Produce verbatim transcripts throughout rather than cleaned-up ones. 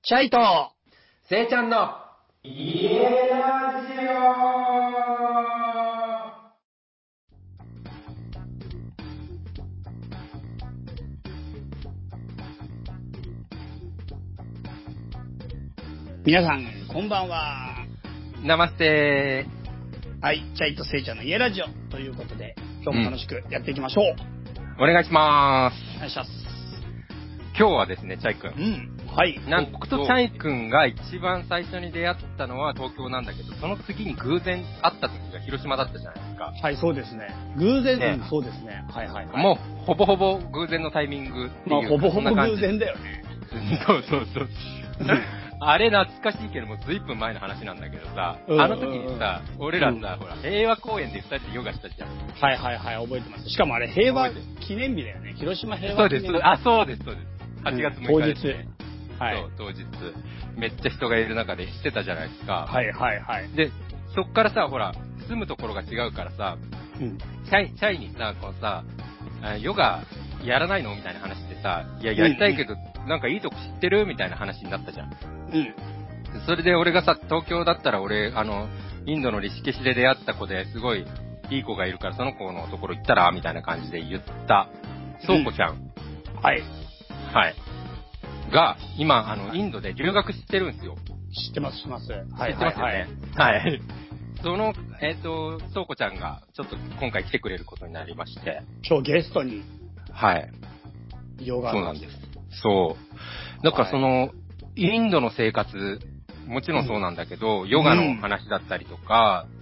チャイとせいちゃんの家ラジオ。皆さんこんばんは。 ナマステー。はい、チャイとせいちゃんの家ラジオということで、今日も楽しくやっていきましょう。 うん、お願いします。お願いします。 今日はですね、チャイ君。 うん。はい。 なん僕とチャイ君が一番最初に出会ったのは東京なんだけど、その次に偶然会った時が広島だったじゃないですか。 はい、そうですね。偶然、 ね、 うん、そうですね。はいはい、はい。 もう、ほぼほぼ偶然のタイミングっていう。 まあ、ほぼほぼ偶然だよね。 そうそうそう。あれ懐かしいけども、ずいぶん前の話なんだけどさ、うんうんうん、あの時にさ、俺らさ、うん、ほら、平和公園で二人でヨガしたじゃん。 はいはいはい、覚えてます。しかもあれ、平和記念日だよね。広島平和記念日。 そうです、あ、そうです、そうです。はちがつむいかですね、 当日。はい。 そう、当日。めっちゃ人がいる中でしてたじゃないですか。 はいはいはい。 で、そっからさ、ほら、住むところが違うからさ、うん、チャイ、チャイにさ、こうさ、ヨガやらないのみたいな話でさ、いや、やりたいけど、うんうん、なんかいいとこ知ってるみたいな話になったじゃん。うん。それで俺がさ、東京だったら俺、あの、インドのリシケシで出会った子ですごいいい子がいるから、その子のところ行ったらみたいな感じで言った、そうこちゃん。うん、 はい。 はい。が、今、あの、インドで留学してるんですよ。 知ってます、知ってます。はい、 知ってますよね。はい。はい、その、えっ、ー、と、そうこちゃんが、ちょっと今回来てくれることになりまして。 今日ゲストに。 はい。 ヨガ。 そうなんです。そう。だからその、はい、インドの生活、もちろんそうなんだけど、うん、ヨガの話だったりとか、うん。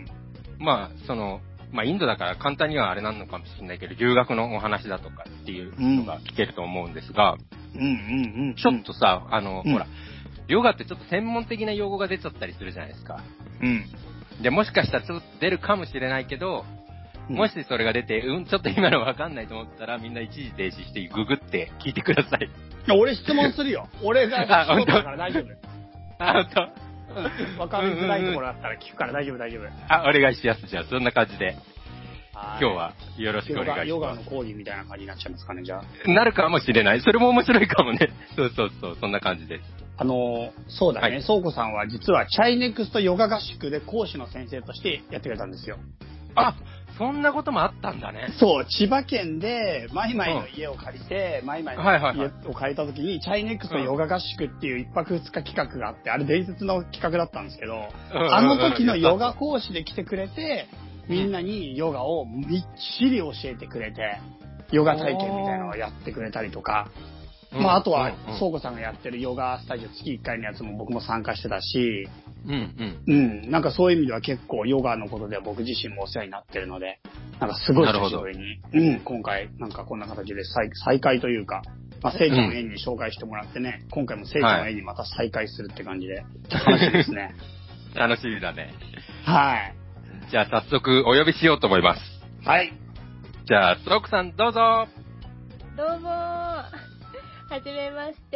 まあ、その、まあ、インドだから簡単にはあれなのかもしれないけど、留学のお話だとかっていうのが聞けると思うんですが、うんうんうんうん、ちょっとさ、あの、うん、ほら、ヨガってちょっと専門的な用語が出ちゃったりするじゃないですか。うん。で、もしかしたらちょっと出るかもしれないけど、うん、もしそれが出て、うん、ちょっと今のわかんないと思ったら、みんな一時停止してググって聞いてください。 いや、俺質問するよ。俺が素人だから大丈夫。 あ、ほんと？ うん、わかりづらいところだったら聞くから大丈夫大丈夫。 あ、お願いします。じゃあ、そんな感じで。今日はよろしくお願いします。 ヨガの講義みたいな感じになっちゃいますかね、じゃあ。 なるかもしれない。それも面白いかもね。そうそうそう、そんな感じです。 あの、そうだね、はい、そうこさんは実はチャイネクストヨガ合宿で講師の先生としてやってくれたんですよ。 あ、そんなこともあったんだね。 そう、千葉県でマイマイの家を借りて、うん、マイマイの家を借りた時に、チャイネクストヨガ合宿っていう一泊二日企画があって、あれ伝説の企画だったんですけど、うん、あの時のヨガ講師で来てくれて、みんなにヨガをみっちり教えてくれて、ヨガ体験みたいなのをやってくれたりとか、まああとは、そうこさんがやってるヨガスタジオ月いっかいのやつも僕も参加してたし、うんうん。うん。なんかそういう意味では結構ヨガのことでは僕自身もお世話になってるので、なんかすごい久しぶりに、うん、今回なんかこんな形で再再会というか、まあせいちゃんの園に紹介してもらってね、うん、今回もせいちゃんの園にまた再会するって感じで、楽しみですね。 楽しみだね。 はい。 じゃあ早速お呼びしようと思います。 はい。 じゃあ、ストロークさんどうぞ。 どうもー。はじめまして。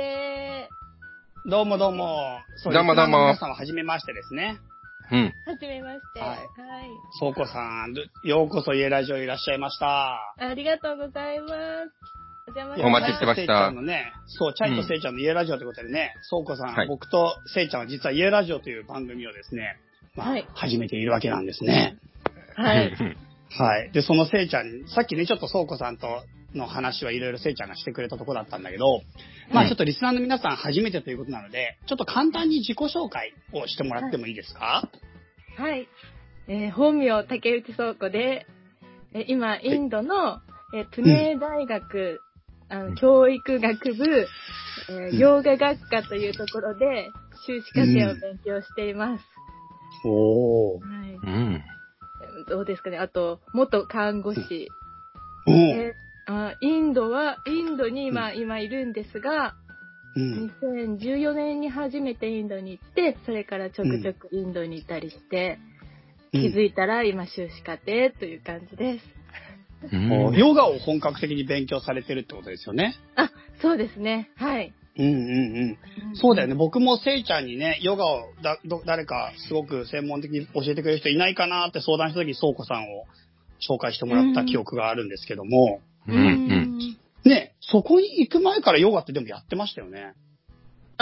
どうもどうも。 どうもどうも。 皆さんははじめましてですね。 うん。 はじめまして。はい。はい。 そうこさん、ようこそ家ラジオいらっしゃいました。 ありがとうございます。お邪魔しました。 お待ちしてました。 せいちゃんのね、そう、チャイとせいちゃんの家ラジオということでね、そうこさん、はい、僕とせいちゃんは実は家ラジオという番組をですね、まあ、はい、始めているわけなんですね。 はい。 はい。で、そのせいちゃん、さっきね、ちょっとそうこさんとの話はいろいろせいちゃんがしてくれたところだったんだけど、まあちょっとリスナーの皆さん初めてということなので、ちょっと簡単に自己紹介をしてもらってもいいですか？ はい。はい、えー、本名、竹内倉庫で、えー、今、インドの、えー、プネー大学、うん、あの教育学部、えー、ヨガ学科というところで、修士課程を勉強しています。 うん、おー。 はい。 うん。 どうですかね。あと、元看護師。 うん、 えあインドは、インドに今、うん、今いるんですが、うん、にせんじゅうよねんに初めてインドに行って、それからちょくちょくインドに行ったりして、うん、気づいたら今修士課程という感じです。 うん、ヨガを本格的に勉強されてるってことですよね。 あ、そうですね。はい。 うんうんうん。そうだよね。僕もせいちゃんにね、ヨガをだど誰かすごく専門的に教えてくれる人いないかなって相談した時にそうこさんを紹介してもらった記憶があるんですけども。 うんうん。 ね、そこに行く前からヨガってでもやってましたよね。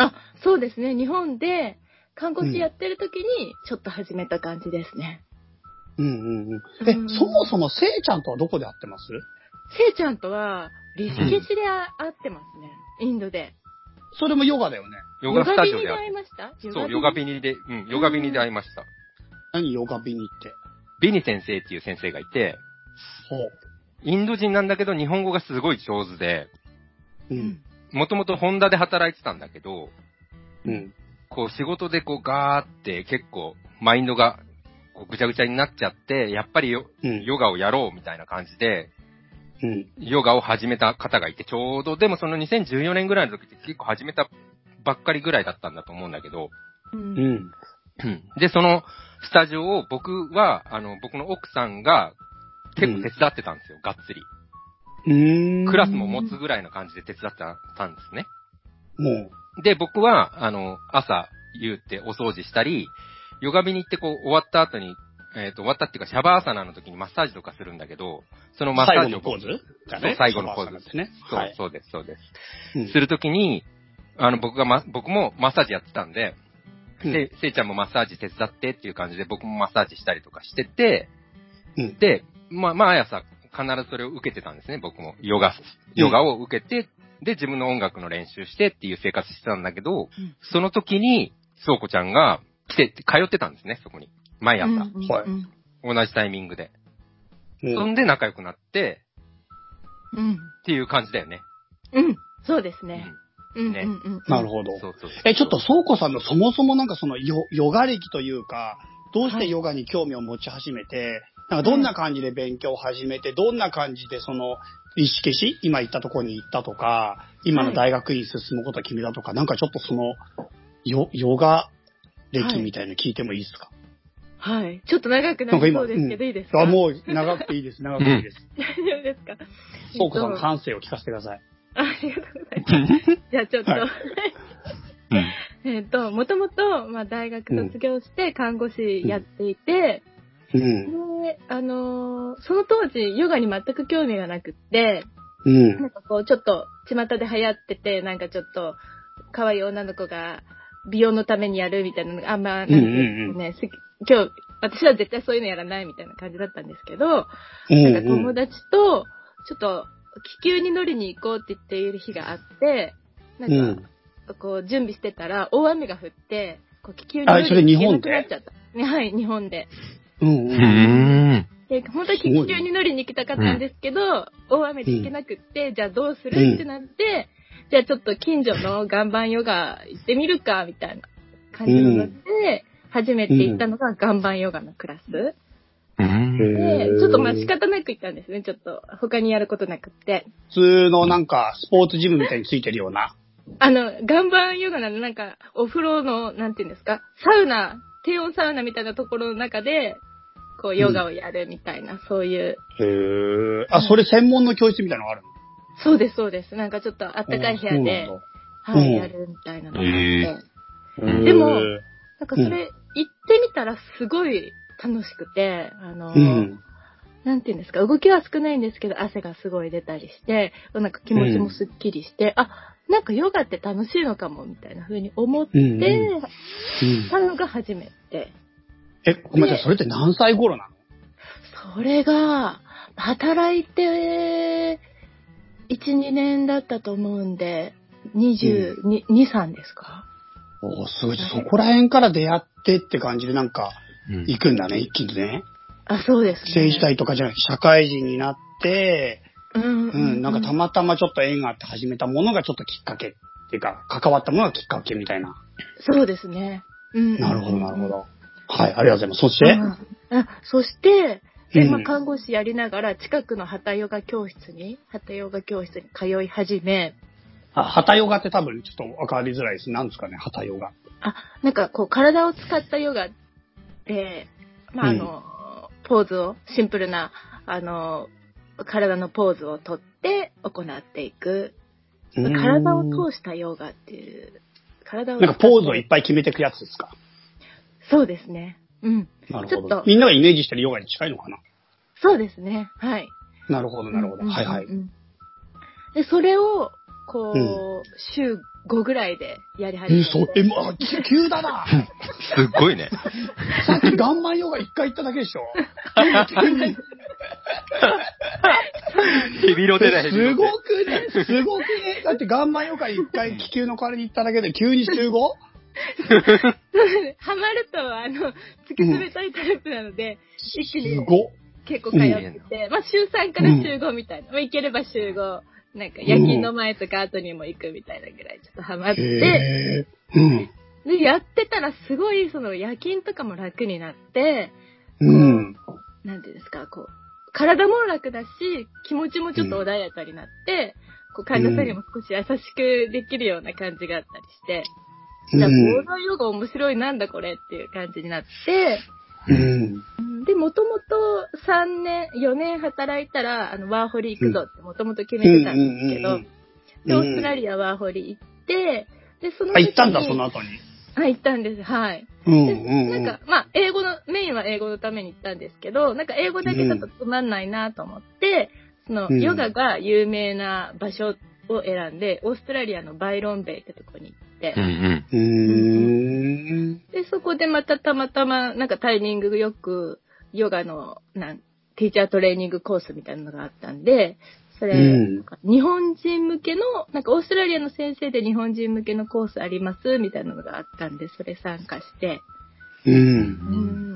あ、そうですね。日本で看護師やってる時にちょっと始めた感じですね。 うんうんうん。え、うん、そもそもせいちゃんとはどこで会ってます？ せいちゃんとはリシケシで会ってますね。インドで。 それもヨガだよね。 ヨガスタジオで会いました？ そう、ヨガビニで、うん、ヨガビニで会いました。 何ヨガビニって？ ビニ先生っていう先生がいて、 ほう。 インド人なんだけど日本語がすごい上手で、 うん。 もともとホンダで働いてたんだけど、 うん。 こう仕事でこうガーって結構マインドがこうぐちゃぐちゃになっちゃって、やっぱりヨ、うん、ヨガをやろうみたいな感じで、うん、ヨガを始めた方がいて、ちょうどでもそのにせんじゅうよねんぐらいの時って結構始めたばっかりぐらいだったんだと思うんだけど、 うん。 で、そのスタジオを僕は、あの、僕の奥さんが結構手伝ってたんですよ、うん、がっつり。 うーん。 クラスも持つぐらいの感じで手伝ってたんですね。 もう。で、僕は、あの、朝言ってお掃除したり、ヨガビに行ってこう終わった後に、えっと、終わったっていうかシャバーサナの時にマッサージとかするんだけど、そのマッサージを。 最後のポーズ、ね、 そう、最後のポーズですね。 そう、 はい、 そうです、そうです。うん、するときに、あの、僕がま、僕もマッサージやってたんで、で、せいちゃんもマッサージ手伝ってっていう感じで僕もマッサージしたりとかしてて、うん、で、まあ、毎朝必ずそれを受けてたんですね、僕も。ヨガ、ヨガを受けて、で、自分の音楽の練習してっていう生活してたんだけど、うん、その時に、そうこちゃんが来て、通ってたんですね、そこに。毎朝。うんうんはい。 同じタイミングで。うん、そんで仲良くなって、 うん。 っていう感じだよね。 うん、そうですね。 うん。ね。 うんうんうん、なるほど。 そうそうそう。 え、ちょっと、そうこさんのそもそもなんかそのヨ、ヨガ歴というか、どうしてヨガに興味を持ち始めて、はい、なんかどんな感じで勉強を始めて、どんな感じでその、意識し、今言ったところに行ったとか、今の大学院進むことを決めたとか、はい、なんかちょっとその、ヨ、ヨガ歴みたいなの聞いてもいいですか？ はい。ちょっと長くなりそうですけど、いいですか？ あ、もう長くていいです。長くていいです。 大丈夫ですか？ そうこさんの感性を聞かせてください。 ありがとうございます。じゃあちょっと、はいえっと、もともと、まあ、大学卒業して看護師やっていて、うん、で、あのー、その当時、ヨガに全く興味がなくって、うん、なんかこう、ちょっと、巷で流行ってて、なんかちょっと、可愛い女の子が美容のためにやるみたいなのがあんま、なんかね、うんうんうん、今日、私は絶対そういうのやらないみたいな感じだったんですけど、うんうん、なんか友達と、ちょっと、気球に乗りに行こうって言っている日があって、なんか、うん、こう、準備してたら、大雨が降って、こう気球に乗りに行けなくなっちゃった。ね、はい、日本で。 うんうん、 で、本当は気球に乗りに行きたかったんですけど、うん、大雨で行けなくって、じゃあどうするってなって、じゃあちょっと近所の岩盤ヨガ行ってみるか、みたいな感じになって、初めて行ったのが岩盤ヨガのクラス。で、ちょっとまあ仕方なく行ったんですね。ちょっと他にやることなくって。 普通のなんかスポーツジムみたいについてるような。 あの、岩盤ヨガなのなんかお風呂の、なんていうんですか、サウナ、低温サウナみたいなところの中で、こうヨガをやるみたいな、うん、そういう。 へー。あ、それ専門の教室みたいなのがあるの？ そうです、そうです。なんかちょっとあったかい部屋で、はい、うん、やるみたいなのがあって。でも、なんかそれ、行ってみたらすごい楽しくて、あの、うん、なんていうんですか、動きは少ないんですけど、汗がすごい出たりして、なんか気持ちもすっきりして、うん、あ、なんかヨガって楽しいのかも、みたいな風に思って、うんうん、たのが初めて。 え、ごめんなさい、それって何歳頃なの？ それが、働いて、いち、にねんだったと思うんで、にじゅうに、に、さんですか？ おー、すごい。そこら辺から出会ってって感じでなんか、行くんだね、うん、一気にね。 あ、そうですね。 正時代とかじゃなくて、社会人になって、 うん、うん、 うん、なんかたまたまちょっと縁があって始めたものがちょっときっかけっていうか、関わったものがきっかけみたいな。 そうですね。うん、 なるほど、なるほど。はい、ありがとうございます。そして、 ああそして、で、まあ、看護師やりながら、近くのハタヨガ教室に、ハタヨガ教室に通い始め。 あ、ハタヨガって多分ちょっとわかりづらいです。なんですかね、ハタヨガ。 あ、なんかこう、体を使ったヨガで、まあ、あの、うん、ポーズを、シンプルな、あの、体のポーズをとって行っていく。体を通したヨガっていう、体を。 なんかポーズをいっぱい決めていくやつですか？ そうですね。うん。 なるほど。ちょっとみんながイメージしてるヨガに近いのかな？ そうですね。はい。 なるほど、なるほど。うんうんうん、はいはい。 で、それをこう、うん、週ごぐらいでやり始めて。 え、そう、え、まあ、急だな。 すっごいね。 さっきガンマンヨガ一回行っただけでしょ。急に。 ヘビロテだ、ヘビロテ。 すごくね、すごくね。だってガンマンヨガ一回気球の代わりに行っただけで急に週 ご？ ハマると、あの、突き詰めたいタイプなので、うん、一気に結構通ってて、うん、まあ週さんから週ごみたいな。まあ行ければ週ご。なんか夜勤の前とか後にも行くみたいなぐらいちょっとハマって、うん、で、やってたらすごいその夜勤とかも楽になって、うん、なんていうんですか、こう、体も楽だし、気持ちもちょっと穏やかになって、うん、こう患者さんにも少し優しくできるような感じがあったりして、うん、じゃあ、行動ヨガ面白いなんだこれっていう感じになって、うん、で、もともとさんねん、よねん働いたら、あの、ワーホリ行くぞってもともと決めてたんですけど、で、オーストラリアワーホリ行って、で、その時に。あ、 行ったんだ、その後に。 あ、行ったんです、はい。うんうんうん、で、なんか、まあ、英語の、メインは英語のために行ったんですけど、なんか英語だけちょっとつまんないなと思って、うん、その、ヨガが有名な場所を選んで、オーストラリアのバイロンベイってとこに行って、うんうん、で、そこでまたたまたま、なんかタイミングよく、ヨガの、なん、ティーチャートレーニングコースみたいなのがあったんで、それ、うん、日本人向けの、なんかオーストラリアの先生で日本人向けのコースありますみたいなのがあったんで、それ参加して、うんうん、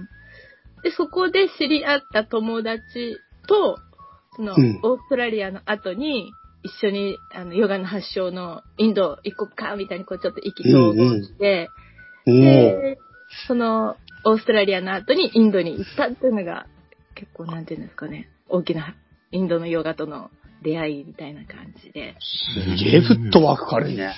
で、そこで知り合った友達と、その、うん、オーストラリアの後に、一緒に、あの、ヨガの発祥のインド行こっか、みたいにこうちょっと意気投合して、うんうん、で、その、オーストラリアの後にインドに行ったっていうのが、結構なんていうんですかね、大きなインドのヨガとの出会いみたいな感じで。 すげえフットワーク軽いね。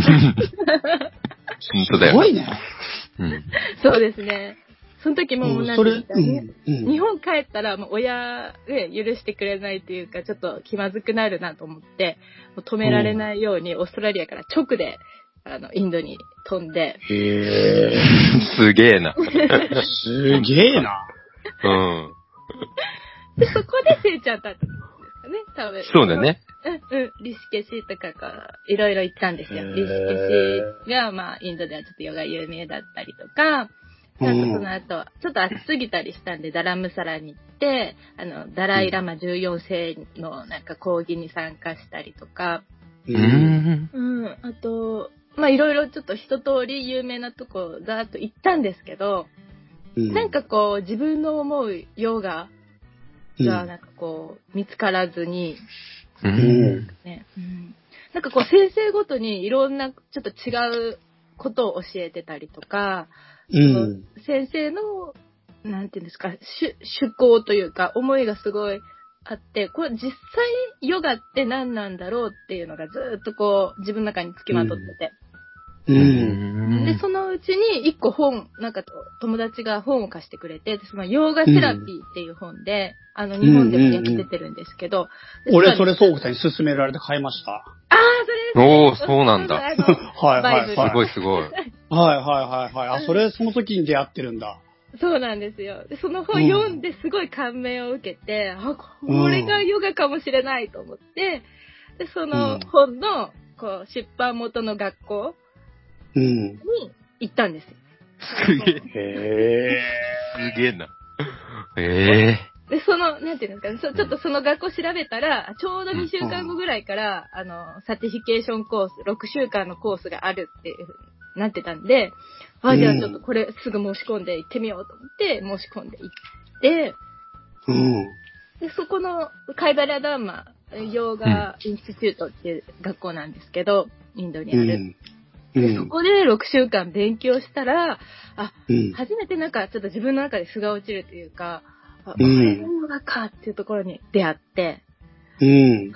本当だよ。 すごいね。 うん、そうですね。その時ももうなんていうんですかね、うんうん、日本帰ったらもう親で許してくれないというか、ちょっと気まずくなるなと思って、もう止められないようにオーストラリアから直で、あの、インドに飛んで。 へー。 すげえな。 すげえな。 うん。 で、そこでせいちゃんと会ったんですかね、多分。 そうだね。 うん、うん。リシケシとかからいろいろ行ったんですよ。リシケシが、まあ、インドではちょっとヨガ有名だったりとか、あとその後、ちょっと暑すぎたりしたんで、ダラムサラに行って、あの、ダライラマじゅうよん世のなんか講義に参加したりとか、うん。うん。あと、まあ、いろいろちょっと一通り有名なとこざーっと行ったんですけど、うん、なんかこう、自分の思うヨガがなんかこう、見つからずに、うんねうん、なんかこう、先生ごとにいろんなちょっと違うことを教えてたりとか、うん、先生の、なんていうんですか、趣向というか、思いがすごいあって、これ実際ヨガって何なんだろうっていうのがずっとこう、自分の中につきまとってて。うん、で、そのうちに一個本、なんか友達が本を貸してくれて、そのヨガセラピーっていう本で、うん、あの日本でも訳出てるんですけど。 うんうんうん、俺それ総子さんに勧められて買いました。ああ、それです、 ね。おー、そうなんだ。 はいはいはい。 すごいすごい。はいはいはいはい。あ、それその時に出会ってるんだ。 そうなんですよ。で、その本読んですごい感銘を受けて、うん、あ、これがヨガかもしれないと思って、で、その本の、こう、出版元の学校に行ったんですよ。 すげえ。 へー。すげえな。へー。で、その、なんていうんですかね、ちょっとその学校調べたら、ちょうどにしゅうかんごぐらいから、あの、サティフィケーションコース、ろくしゅうかんのコースがあるっていう風になってたんで、あ、じゃあちょっとこれすぐ申し込んで行ってみようと思って申し込んで行って、うん、でそこのカイバラダーマヨーガインスティチュートっていう学校なんですけど、インドにある。うん、でそこでろくしゅうかん勉強したら、あ、うん、初めてなんかちょっと自分の中で素が落ちるというか、あ、これがヨガかっていうところに出会って、うん、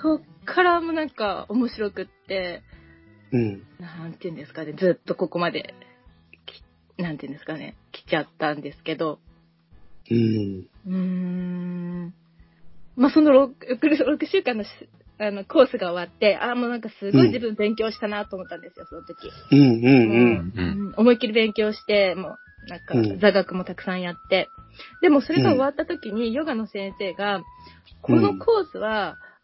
そっからもなんか面白くって、うん、なんていうんですかね、ずっとここまで、なんていうんですかね、来ちゃったんですけど、うん、うーんまあ、その 6, 6週間のあのコースが終わって、ああ、もうなんかすごい自分勉強したなと思ったんですよ、その時。うんうんうんうん、思いっきり勉強して、もうなんか座学もたくさんやって、でもそれが終わった時にヨガの先生が、このコースは、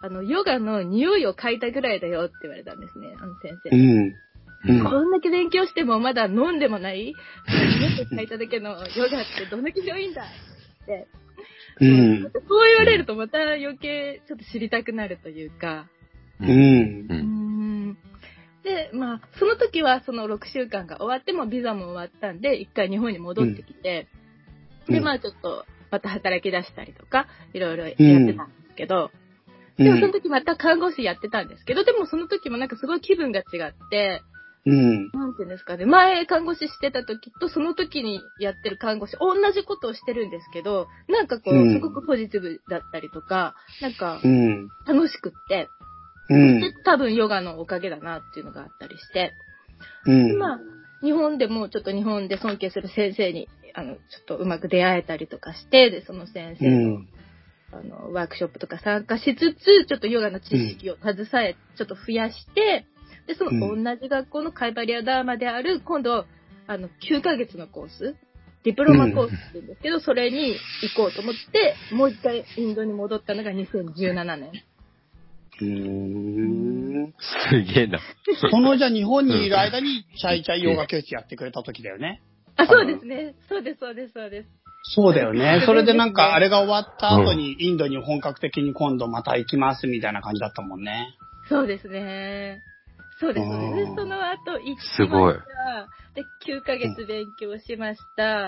あの、ヨガの匂いを嗅いだぐらいだよって言われたんですね、あの先生。 うん。 うん、こんだけ勉強してもまだ飲んでもない、匂いを嗅いだだけのヨガってどんだけ良いんだって。うん。そう言われるとまた余計ちょっと知りたくなるというか。 うん。うんうんで、まあ、その時はそのろくしゅうかんが終わってもビザも終わったんで、一回日本に戻ってきて、うん、で、まあちょっとまた働き出したりとか、いろいろやってたんですけど、うん、でもその時また看護師やってたんですけど、でもその時もなんかすごい気分が違って、うん、なんていうんですかね、前看護師してた時とその時にやってる看護師、同じことをしてるんですけど、なんかこう、すごくポジティブだったりとか、なんか、楽しくって、うん、で多分ヨガのおかげだなっていうのがあったりして、うん、まあ、日本でもちょっと日本で尊敬する先生に、あの、ちょっとうまく出会えたりとかして、で、その先生の、うん、あの、ワークショップとか参加しつつ、ちょっとヨガの知識を携え、ちょっと増やして、で、その同じ学校のカイバリアダーマである、今度、あの、きゅうかげつのコース、ディプロマコースって言うんですけど、それに行こうと思って、もう一回インドに戻ったのがにせんじゅうななねん。 うーん。 すげえな。 そのじゃあ日本にいる間にチャイチャイヨガ教室やってくれた時だよね。 あ、そうですね。そうです、そうです、そうです。 そうだよね。それでなんかあれが終わった後にインドに本格的に今度また行きますみたいな感じだったもんね。 そうですね。そうです、そうです。で、その後行きました。 すごい。 で、きゅうかげつ勉強しました。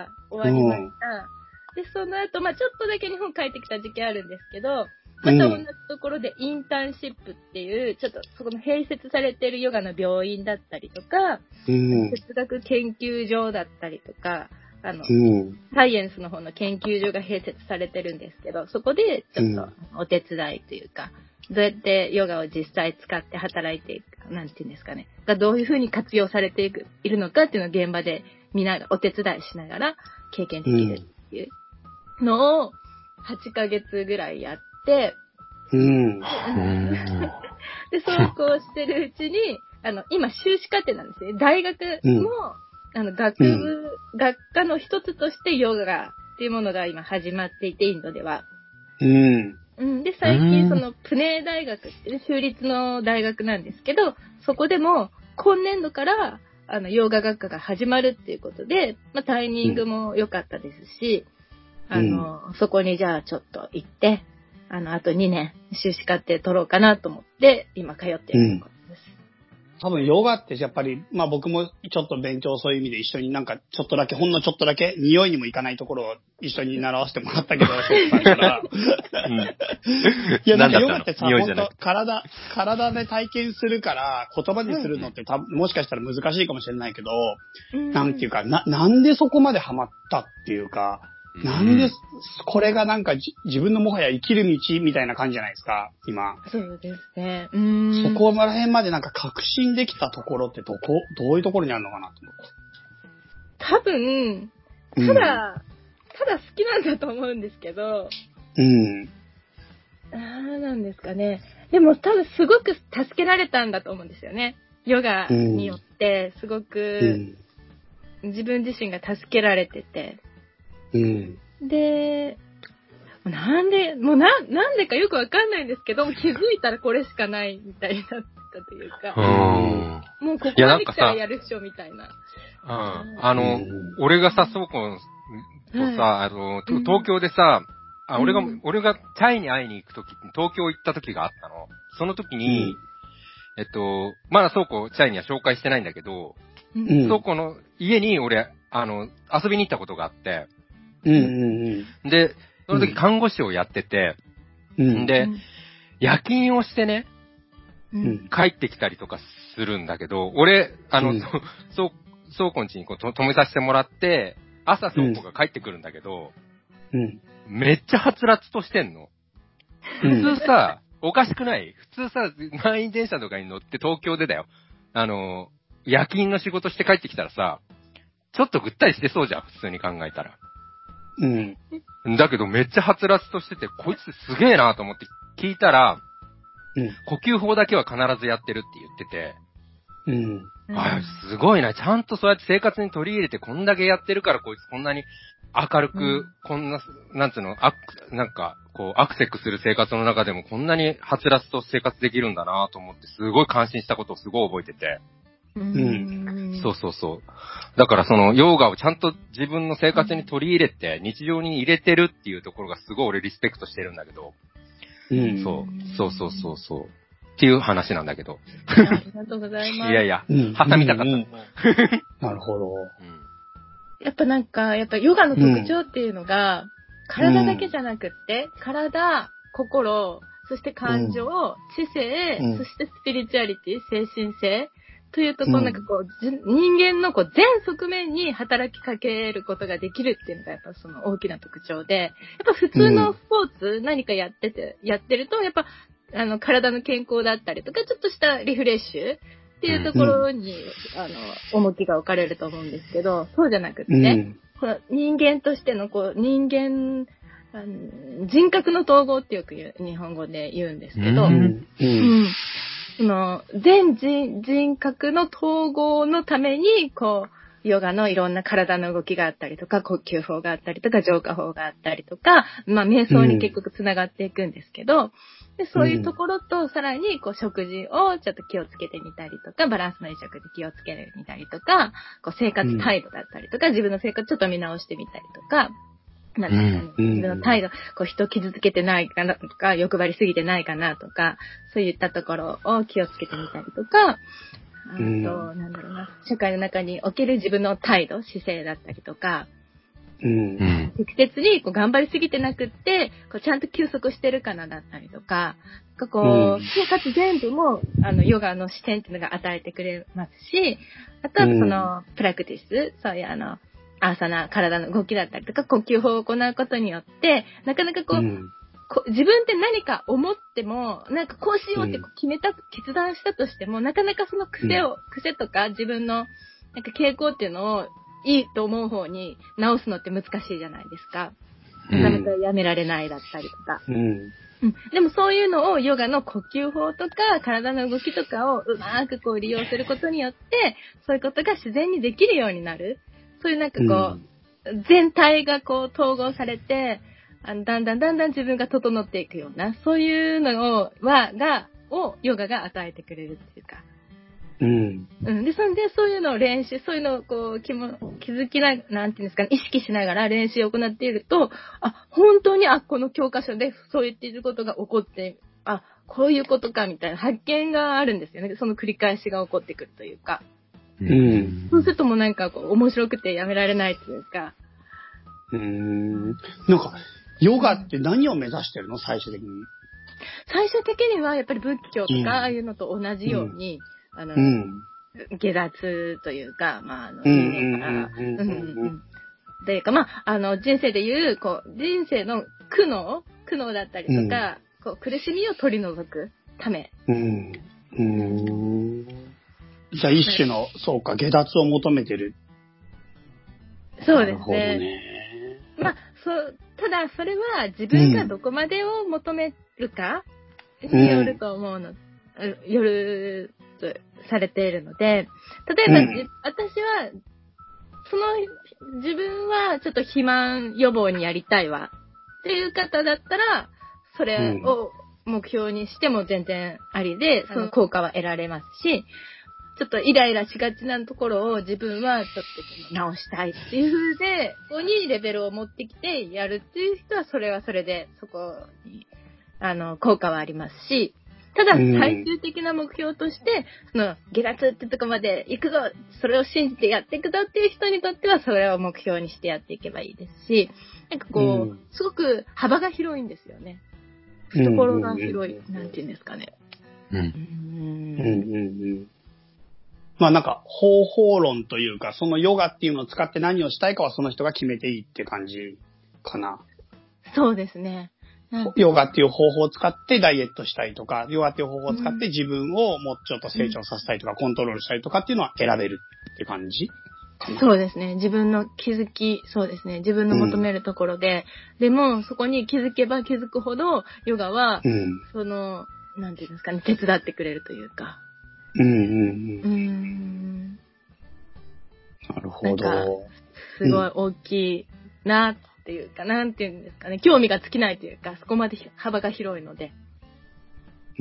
終わりました。で、その後、まあちょっとだけ日本帰ってきた時期あるんですけど、また同じところでインターンシップっていう、ちょっとそこの併設されているヨガの病院だったりとか、うん、哲学研究所だったりとか、あの、うん、サイエンスの方の研究所が併設されてるんですけど、そこでちょっとお手伝いというか、どうやってヨガを実際使って働いていくか、なんていうんですかね、がどういうふうに活用されていく、いるのかっていうのを現場で見ながら、お手伝いしながら経験できるっていうのをはちかげつぐらいやって、うん、で、そうこうしてるうちに、あの、今、修士課程なんですね。大学も、うん、あの、学部、うん、学科の一つとしてヨガっていうものが今始まっていて、インドでは。うん。うん、で、最近、その、プネー大学っていう州立の大学なんですけど、そこでも、今年度から、あの、ヨガ学科が始まるっていうことで、まあ、タイミングも良かったですし、うん、あの、そこにじゃあちょっと行って、あの、あとにねん、修士課程取ろうかなと思って、今通っているところです。 うん、多分、ヨガってやっぱり、まあ僕もちょっと勉強そういう意味で一緒になんか、ちょっとだけ、ほんのちょっとだけ、匂いにもいかないところを一緒に習わせてもらったけど、そうだから。うん、いや、なんかヨガってさ、ほんと、体、体で体験するから、言葉にするのってた、もしかしたら難しいかもしれないけど、うん、なんていうか、な、なんでそこまでハマったっていうか、なんで、これがなんか自分のもはや生きる道みたいな感じじゃないですか、今。 そうですね。うーん。そこら辺までなんか確信できたところってどこ、どういうところにあるのかなと思って。 多分、ただ、うん、ただ好きなんだと思うんですけど。うん。ああ、なんですかね。でも多分すごく助けられたんだと思うんですよね。ヨガによって、すごく、自分自身が助けられてて。うん、で、なんで、もうな、なんでかよくわかんないんですけど、気づいたらこれしかないみたいになったというか、うん、もうここまで来たらやるっしょみたいな。 うん、あの、うん、俺がさ、そうこうとさ、はい、あの、東京でさ、うん、あ俺が、俺がタイに会いに行くとき、東京行ったときがあったの。その時に、うん、えっと、まだそうこう、チャイには紹介してないんだけど、うん、そうこの家に俺、あの、遊びに行ったことがあって、うんうんうん、で、その時看護師をやってて、うん、で、うん、夜勤をしてね、うん、帰ってきたりとかするんだけど、俺、あの、うん、そう、そうこんちにこう止めさせてもらって、朝そうこが帰ってくるんだけど、うん、めっちゃはつらつとしてんの。普通さ、おかしくない？普通さ、満員電車とかに乗って東京でだよ。あの、夜勤の仕事して帰ってきたらさ、ちょっとぐったりしてそうじゃん、普通に考えたら。うん。だけどめっちゃはつらつとしてて、こいつすげえなと思って聞いたら、うん、呼吸法だけは必ずやってるって言ってて、うん。あ、すごいな、ちゃんとそうやって生活に取り入れてこんだけやってるからこいつこんなに明るく、うん、こんな、なんつうの、あ、なんか、 こう、アクセクする生活の中でもこんなにはつらつと生活できるんだなと思って、すごい感心したことをすごい覚えてて。 うん。 そうそうそう。だからその、ヨーガをちゃんと自分の生活に取り入れて、日常に入れてるっていうところがすごい俺リスペクトしてるんだけど。うん。そう。そうそうそうそう。っていう話なんだけど。 ありがとうございます。 いやいや、挟みたかった。うんうん、 なるほど。 やっぱなんか、やっぱヨガの特徴っていうのが、うん、体だけじゃなくって、体、心、そして感情、うん、知性、うん、そしてスピリチュアリティ、精神性というと、こうなんかこう、人間のこう全側面に働きかけることができるっていうのがやっぱその大きな特徴で、やっぱ普通のスポーツ、何かやってて、やってると、やっぱあの体の健康だったりとか、ちょっとしたリフレッシュっていうところに、うん、あの、重きが置かれると思うんですけど、そうじゃなくって、うん、この人間としての、こう、人間、あの人格の統合ってよく言う、日本語で言うんですけど、うん。うん、その、全人、人格の統合のために、こう、ヨガのいろんな体の動きがあったりとか、呼吸法があったりとか、浄化法があったりとか、まあ、瞑想に結局つながっていくんですけど、でそういうところと、さらに、こう、食事をちょっと気をつけてみたりとか、バランスのいい食事気をつけてみたりとか、こう、生活態度だったりとか、自分の生活ちょっと見直してみたりとか、なんですかね、自分の態度、こう、人を傷つけてないかなとか、欲張りすぎてないかなとか、そういったところを気をつけてみたりとか、あと、なんだろうな、社会の中における自分の態度、姿勢だったりとか、うん、適切にこう頑張りすぎてなくって、こうちゃんと休息してるかなだったりとか、こう、うん、生活全部も、あの、ヨガの視点っていうのが与えてくれますし、あとはその、うん、プラクティス、そういうあの、アーサナ、体の動きだったりとか、呼吸法を行うことによって、なかなかこう、うん、こ自分って何か思っても、なんかこうしようって決めた、うん、決断したとしても、なかなかその癖を、うん、癖とか自分の、なんか傾向っていうのを、いいと思う方に直すのって難しいじゃないですか。なかなかやめられないだったりとか。うんうん、でもそういうのをヨガの呼吸法とか体の動きとかをうまくこう利用することによって、そういうことが自然にできるようになる。そういうなんかこう、うん、全体がこう統合されて、あのだんだんだんだん自分が整っていくような、そういうのを、は、が、をヨガが与えてくれるっていうか。うん。うん。で、そんで、そういうのを練習、そういうのをこう、気も、気づきな、なんていうんですかね、意識しながら練習を行っていると、あ、本当に、あ、この教科書でそう言っていることが起こって、あ、こういうことか、みたいな発見があるんですよね。その繰り返しが起こってくるというか。うん。そうするともうなんかこう、面白くてやめられないっていうか。 うーん。なんか、ヨガって何を目指してるの？最終的に。 最終的には、やっぱり仏教とか、うん、ああいうのと同じように、うんあの、うん、下脱というか、まあ、あの、人間から、うんうんうん。というか、まあ、あの、人生でいう、こう、人生の苦悩苦悩だったりとか、うん、こう、苦しみを取り除くため。うん。 うん。じゃあ、一種の、そうか、下脱を求めてる。 そうですね。なるほどね。まあ、そう、ただ、それは自分がどこまでを求めるかによると思うの、うん、よる、されているので、例えば、うん、私は、その、自分はちょっと肥満予防にやりたいわっていう方だったら、それを目標にしても全然ありで、その効果は得られますし、ちょっとイライラしがちなところを自分はちょっと直したいっていう風で、ここにレベルを持ってきてやるっていう人は、それはそれで、そこに、あの、効果はありますし、ただ、最終的な目標として、その、下脱ってとこまで行くぞ、それを信じてやっていくぞっていう人にとっては、それを目標にしてやっていけばいいですし、なんかこう、すごく幅が広いんですよね。懐が広い、なんていうんですかね。うん。うんうんうんまあなんか、方法論というか、そのヨガっていうのを使って何をしたいかはその人が決めていいって感じかな。 そうですね。 ヨガっていう方法を使ってダイエットしたいとか、ヨガっていう方法を使って自分をもうちょっと成長させたいとか、うん、コントロールしたいとかっていうのは選べるって感じかな。 そうですね。自分の気づき、そうですね。自分の求めるところで、うん、でもそこに気づけば気づくほど、ヨガは、うん、その、なんていうんですかね、手伝ってくれるというか。うんうんうん。うーんなるほど。 すごい大きいなっっていうか、なんていうんですかね、興味が尽きないというか、そこまで幅が広いので。 うー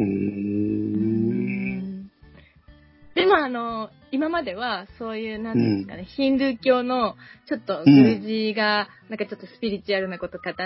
ん。 でもあの、今まではそういう、なんですかね、うん、ヒンドゥー教のちょっとグルジーが、なんかちょっとスピリチュアルなこと語って、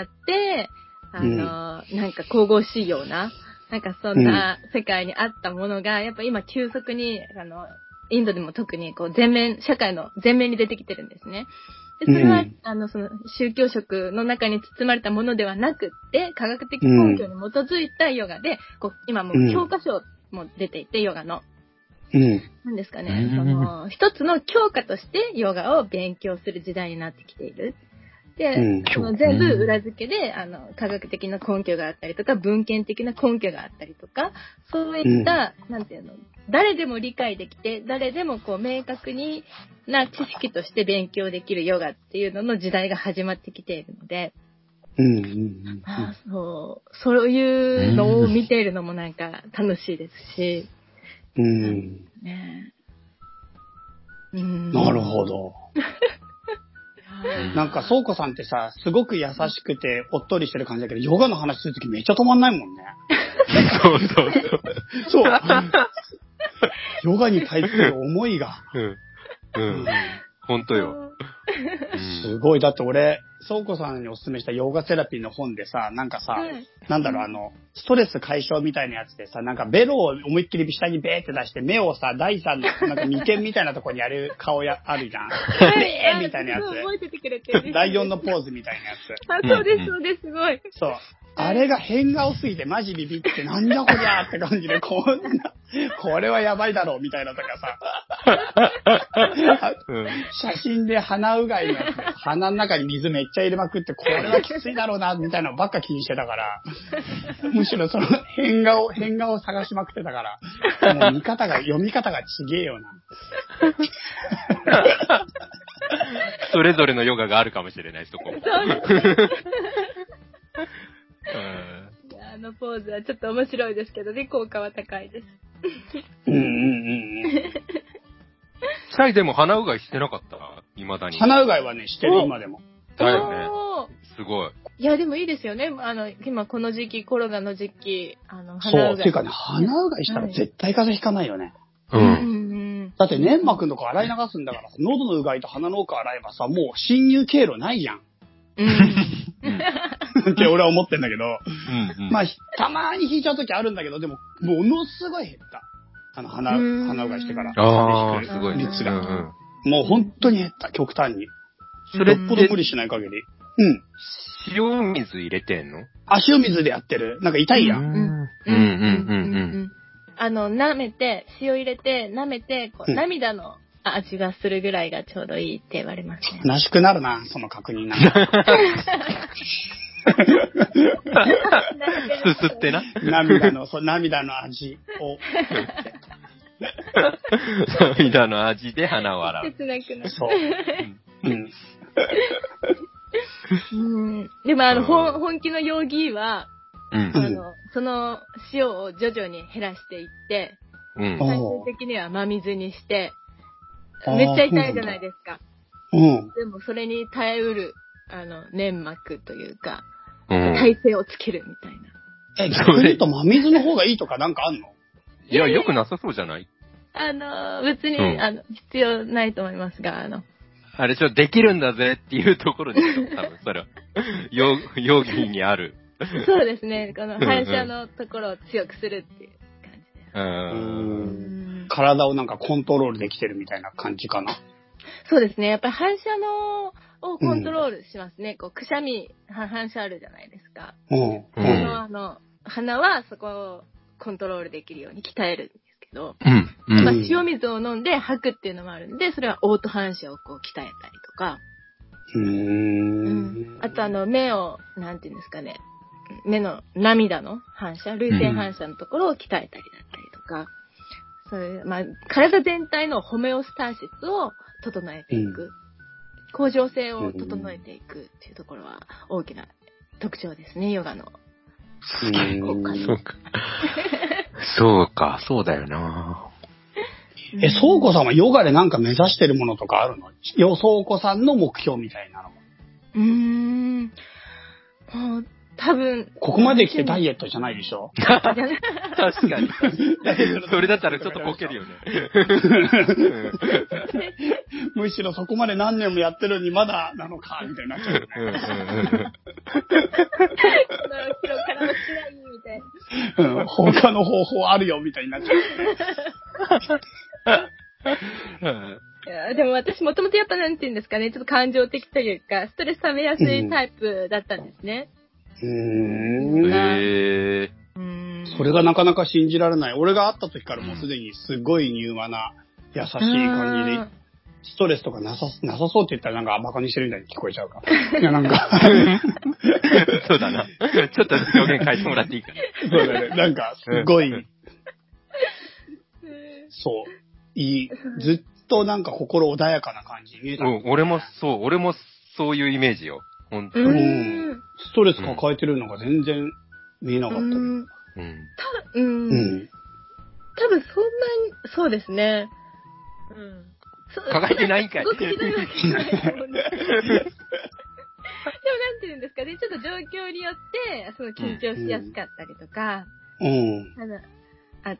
あの、うん、なんか神々しいような、なんかそんな世界にあったものが、やっぱ今急速に、あの、インドでも特にこう全面、社会の全面に出てきてるんですね。で、それは、うん、あの、その宗教色の中に包まれたものではなくって、科学的根拠に基づいたヨガで、こう、今もう教科書も出ていて、ヨガの。 うん。 なんですかね、その、一つの教科としてヨガを勉強する時代になってきている。で、うん、その全部裏付けで、あの、科学的な根拠があったりとか、文献的な根拠があったりとか、そういった、うん、なんていうの、誰でも理解できて、誰でもこう明確にな知識として勉強できるヨガっていうのの時代が始まってきているので、 うんうんうんあ、そう、そういうのを見ているのもなんか楽しいですし、 うん、 ね、うん、 なるほど。なんか、そうこさんってさ、すごく優しくて、おっとりしてる感じだけど、ヨガの話するときめっちゃ止まんないもんね。 そうそうそう。 そう。ヨガに対する思いが。 うん。うん。本当よ。 すごい。だって俺、そうこさんにお勧めしたヨガセラピーの本でさ、なんかさ、うん、なんだろう、あの、ストレス解消みたいなやつでさ、なんかベロを思いっきり下にベーって出して、目をさ、第三の、なんか眉間みたいなところにやる顔や、あるじゃん。ベーみたいなやつ。 覚えててくれてる。 ライオンのポーズみたいなやつ。 あ、そうです、そうです、すごい。 そう。あれが変顔すぎてマジビビって、なんじゃこりゃーって感じで、こんな、これはやばいだろうみたいなとかさ。うん、写真で鼻うがいのやつで、鼻の中に水めっちゃ入れまくって、これはきついだろうな、みたいなのばっか気にしてたから、むしろその変顔、変顔を探しまくってたから、もう見方が、読み方がちげえよな。 それぞれのヨガがあるかもしれない、そこ。 あのポーズはちょっと面白いですけどね、効果は高いです。 うんうんうん。 シャイでも鼻うがいしてなかった未だに。 鼻うがいはね、してる、今でも。 だよね。すごい。 いや、でもいいですよね。あの、今この時期、コロナの時期、あの、鼻うがい。 そう、っていうかね、鼻うがいしたら絶対風邪ひかないよね。 うん。うん、 だって粘膜のとこ洗い流すんだから、喉のうがいと鼻の奥洗えばさ、もう侵入経路ないじゃん。うん。って俺は思ってんだけど、うんうん、まあ、たまーに引いちゃうときあるんだけど、でも、ものすごい減った。あの、鼻、鼻うがいしてから。 ああ、すごい率が、うんうん。もう本当に減った、極端に。それっぽど無理しない限り。うん。 塩水入れてんの？ あ、塩水でやってる。なんか痛いやん。うん。 うんうんうんうん。 あの、舐めて、塩入れて、舐めて、こう、うん、涙の味がするぐらいがちょうどいいって言われますね。 らしくなるな、その確認なんか。 すすってな。 涙の、そう、涙の味を。 涙の味で鼻を洗う。 切なくなる。 そう。うん。 うん、でもあの、本、本気のヨーギーは、うん、あの、その塩を徐々に減らしていって、うん、最終的には真水にして、めっちゃ痛いじゃないですか。 うん。 でもそれに耐えうる、あの、粘膜というか、うん、耐性をつけるみたいな。 え、逆に言うと真水の方がいいとかなんかあんの？ いや、よくなさそうじゃない？ あの、別に、うん、あの、必要ないと思いますが、あの、 あれちょっとできるんだぜっていうところでしょ、多分それは。ヨーギーにある。 そうですね。この反射のところを強くするっていう感じです。 うーん。体をなんかコントロールできてるみたいな感じかな。 そうですね。やっぱり反射のをコントロールしますね。うん、こう、くしゃみ、反射あるじゃないですか。 うん。 その、あの、鼻はそこをコントロールできるように鍛えるんですけど、 うんうん、 まあ、塩水を飲んで吐くっていうのもあるんで、それはオート反射をこう鍛えたりとか、 うーん、うん、 あとあの、目を、なんていうんですかね、目の涙の反射、涙腺反射のところを鍛えたりだったりとか、うん、そういう、まあ、体全体のホメオスターシスを整えていく、うん、恒常性を整えていくっていうところは大きな特徴ですね、ヨガの。 すげえ、そうか。そうか、そうだよな。 え、そうこさんはヨガでなんか目指してるものとかあるの？よ、そうこさんの目標みたいなのも。 うーん。もう、多分。 ここまで来てダイエットじゃないでしょ確かに。それだったらちょっとこけるよね。 むしろそこまで何年もやってるのにまだなのか、みたいになっちゃうよね。 キロからもしないみたいな、うん。他の方法あるよ、みたいになっちゃうよね。 いやでも私もともとやっぱなんて言うんですかね、ちょっと感情的というか、ストレス溜めやすいタイプだったんですね。 うーん。 へー。それがなかなか信じられない。俺が会った時からもうすでにすごい柔和な、優しい感じで、ストレスとかなさ、なさそうって言ったらなんかバカにしてるみたいに聞こえちゃうか。いやなんか。 そうだな。ちょっと表現変えてもらっていいかな。 そうだね。なんかすごい、そう。いい。ずっとなんか心穏やかな感じに見えた、 ね。うん、俺もそう、俺もそういうイメージよ。本当に。 うん。ストレス抱えてるのが全然見えなかった。うん。うん。 たうん。うん。多分そんなに、そうですね。うん。 抱えてないんかい。 すごくひどいわけじゃないと思うんですけど。でもなんて言うんですかね、ちょっと状況によって、その緊張しやすかったりとか、 うん。 あの、あって、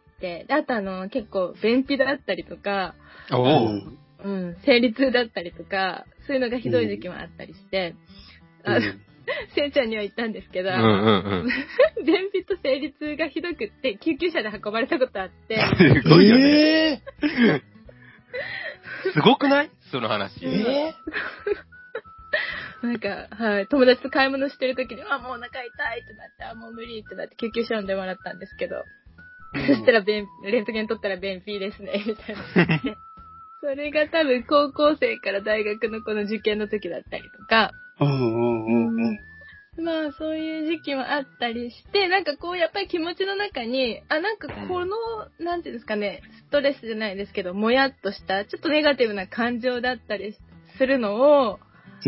あとあの、結構便秘だったりとか、 おうん、生理痛だったりとか、そういうのがひどい時期もあったりして、うん、あの、せいちゃんには言ったんですけど、 うんうんうん、便秘と生理痛がひどくって、救急車で運ばれたことあって。 すごいよね。えー、すごくないその話。 えー、なんか、はい、友達と買い物してる時に、あ、もうお腹痛いってなって、あ、もう無理ってなって救急車呼んでもらったんですけど、うん、そしたら便、レントゲン取ったら便秘ですね、みたいな。それが多分高校生から大学のこの受験の時だったりとか、 うんうんうんうん、まあそういう時期もあったりして、なんかこうやっぱり気持ちの中に、あ、なんかこの、なんていうんですかね、ストレスじゃないですけど、もやっとした、ちょっとネガティブな感情だったりするのを、 うん、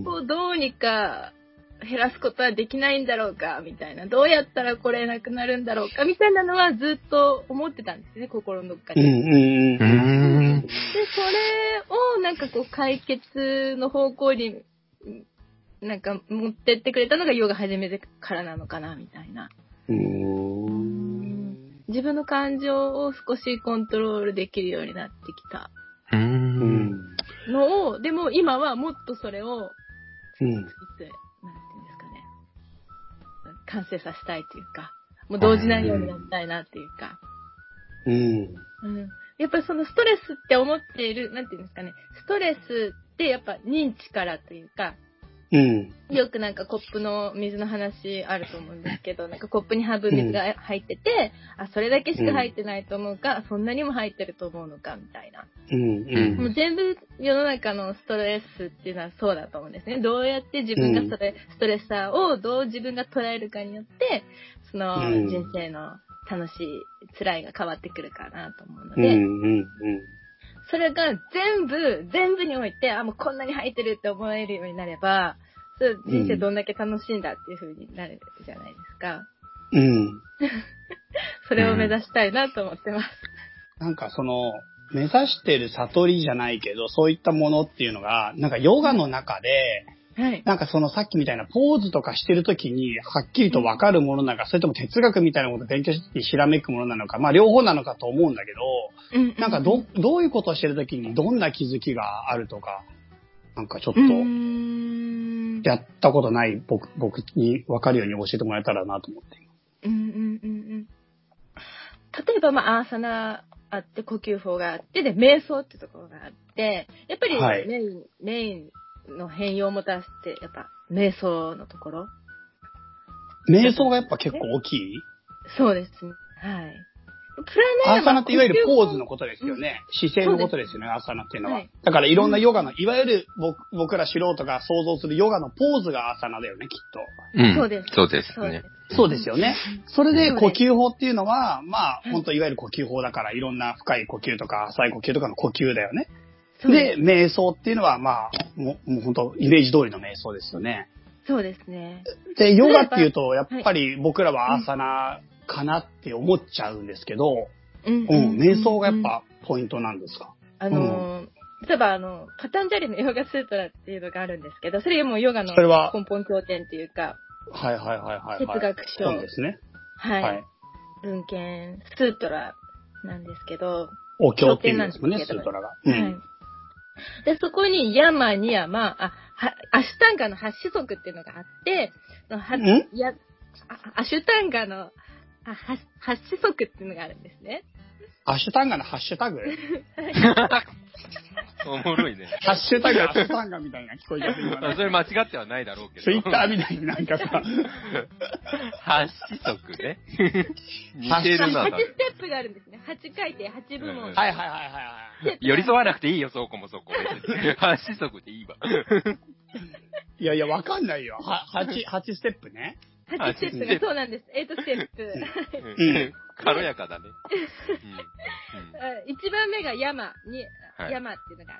こうどうにか減らすことはできないんだろうか、みたいな。どうやったらこれなくなるんだろうか、みたいなのはずっと思ってたんですね、心のどっかで。 うんうんうん、 で、それをなんかこう解決の方向に、なんか持ってってくれたのがヨガ始めてからなのかな、みたいな。 うーん、 自分の感情を少しコントロールできるようになってきたのを、でも今はもっとそれを、 うん、 なんていうんですかね、完成させたいというか、もう動じないようになりたいなっていうか、 うん、 うん、やっぱりそのストレスって思っている、なんていうんですかね、ストレスってやっぱ認知からというか、 うん、 よくなんかコップの水の話あると思うんですけど、なんかコップに半分水が入ってて、うん、あ、それだけしか入ってないと思うか、うん、そんなにも入ってると思うのかみたいな。 うんうん、 もう全部世の中のストレスっていうのはそうだと思うんですね。どうやって自分がそれ、うん、ストレッサーをどう自分が捉えるかによって、その人生の楽しい、辛いが変わってくるかなと思うので、 うんうんうん、 それが全部、全部において、あ、もうこんなに入ってるって思えるようになれば、人生どんだけ楽しいんだっていう風になるじゃないですか。 うん。 それを目指したいなと思ってます。 なんかその、目指してる悟りじゃないけど、そういったものっていうのが、なんかヨガの中で、 はい、 なんかそのさっきみたいなポーズとかしてるときに、はっきりとわかるものなのか、それとも哲学みたいなことを勉強してひらめくものなのか、まあ両方なのかと思うんだけど、 うんうんうん、 なんかど、どういうことをしてるときにどんな気づきがあるとか、なんかちょっと、やったことない僕、僕に分かるように教えてもらえたらなと思って。 うんうんうんうん。例えば、まあ、アーサナあって、呼吸法があって、で、瞑想ってところがあって、やっぱりメイン、はい、メインの変容をもたらして、やっぱ、瞑想のところ。 瞑想がやっぱ結構大きい？ そうですね。はい。 アーサナっていわゆるポーズのことですよね。うん、姿勢のことですよね、アーサナっていうのは。はい、だからいろんなヨガの、いわゆる 僕, 僕ら素人が想像するヨガのポーズがアーサナだよね、きっと。 うん、 そうです。 そうですね。 そうですよね。それで呼吸法っていうのは、まあ、本当いわゆる呼吸法だから、いろんな深い呼吸とか浅い呼吸とかの呼吸だよね。で、瞑想っていうのは、まあ、もう、もう本当イメージ通りの瞑想ですよね。 そうですね。 で、ヨガっていうと、やっぱり僕らはアーサナかなって思っちゃうんですけど、うん、うん、瞑想がやっぱポイントなんですか？ あのー、 例えばあの、パタンジャリのヨガスートラっていうのがあるんですけど、それもヨガの根本経典っていうか、 はいはいはいはい。 哲学書。 本ですね。 はい。はい、文献、スートラなんですけど、 お経典なんですもんね、スートラが。 うん、はい。で、そこにヤマ、ニヤマ、あ、は、アシュタンガの八種族っていうのがあって、はんやアシュタンガの八種族っていうのがあるんですね。 アシュタンガのハッシュタグおもろいね。 ハッシュタグ、アシュタンガみたいな聞こえちゃって今ね。 それ間違ってはないだろうけど。 ツイッターみたいになんかさ。 八子則ね。似てるな。はちステップがあるんですね。はち書いてはち部門。 はいはいはいはいはい。 寄り添わなくていいよ、そこもそこ。八子則でいいわ。 いやいや、わかんないよ。は、八、八ステップね。 はちステップがそうなんです。はちステップ。 うん。軽やかだね。 いちばんめが山に、山っていうのがあって、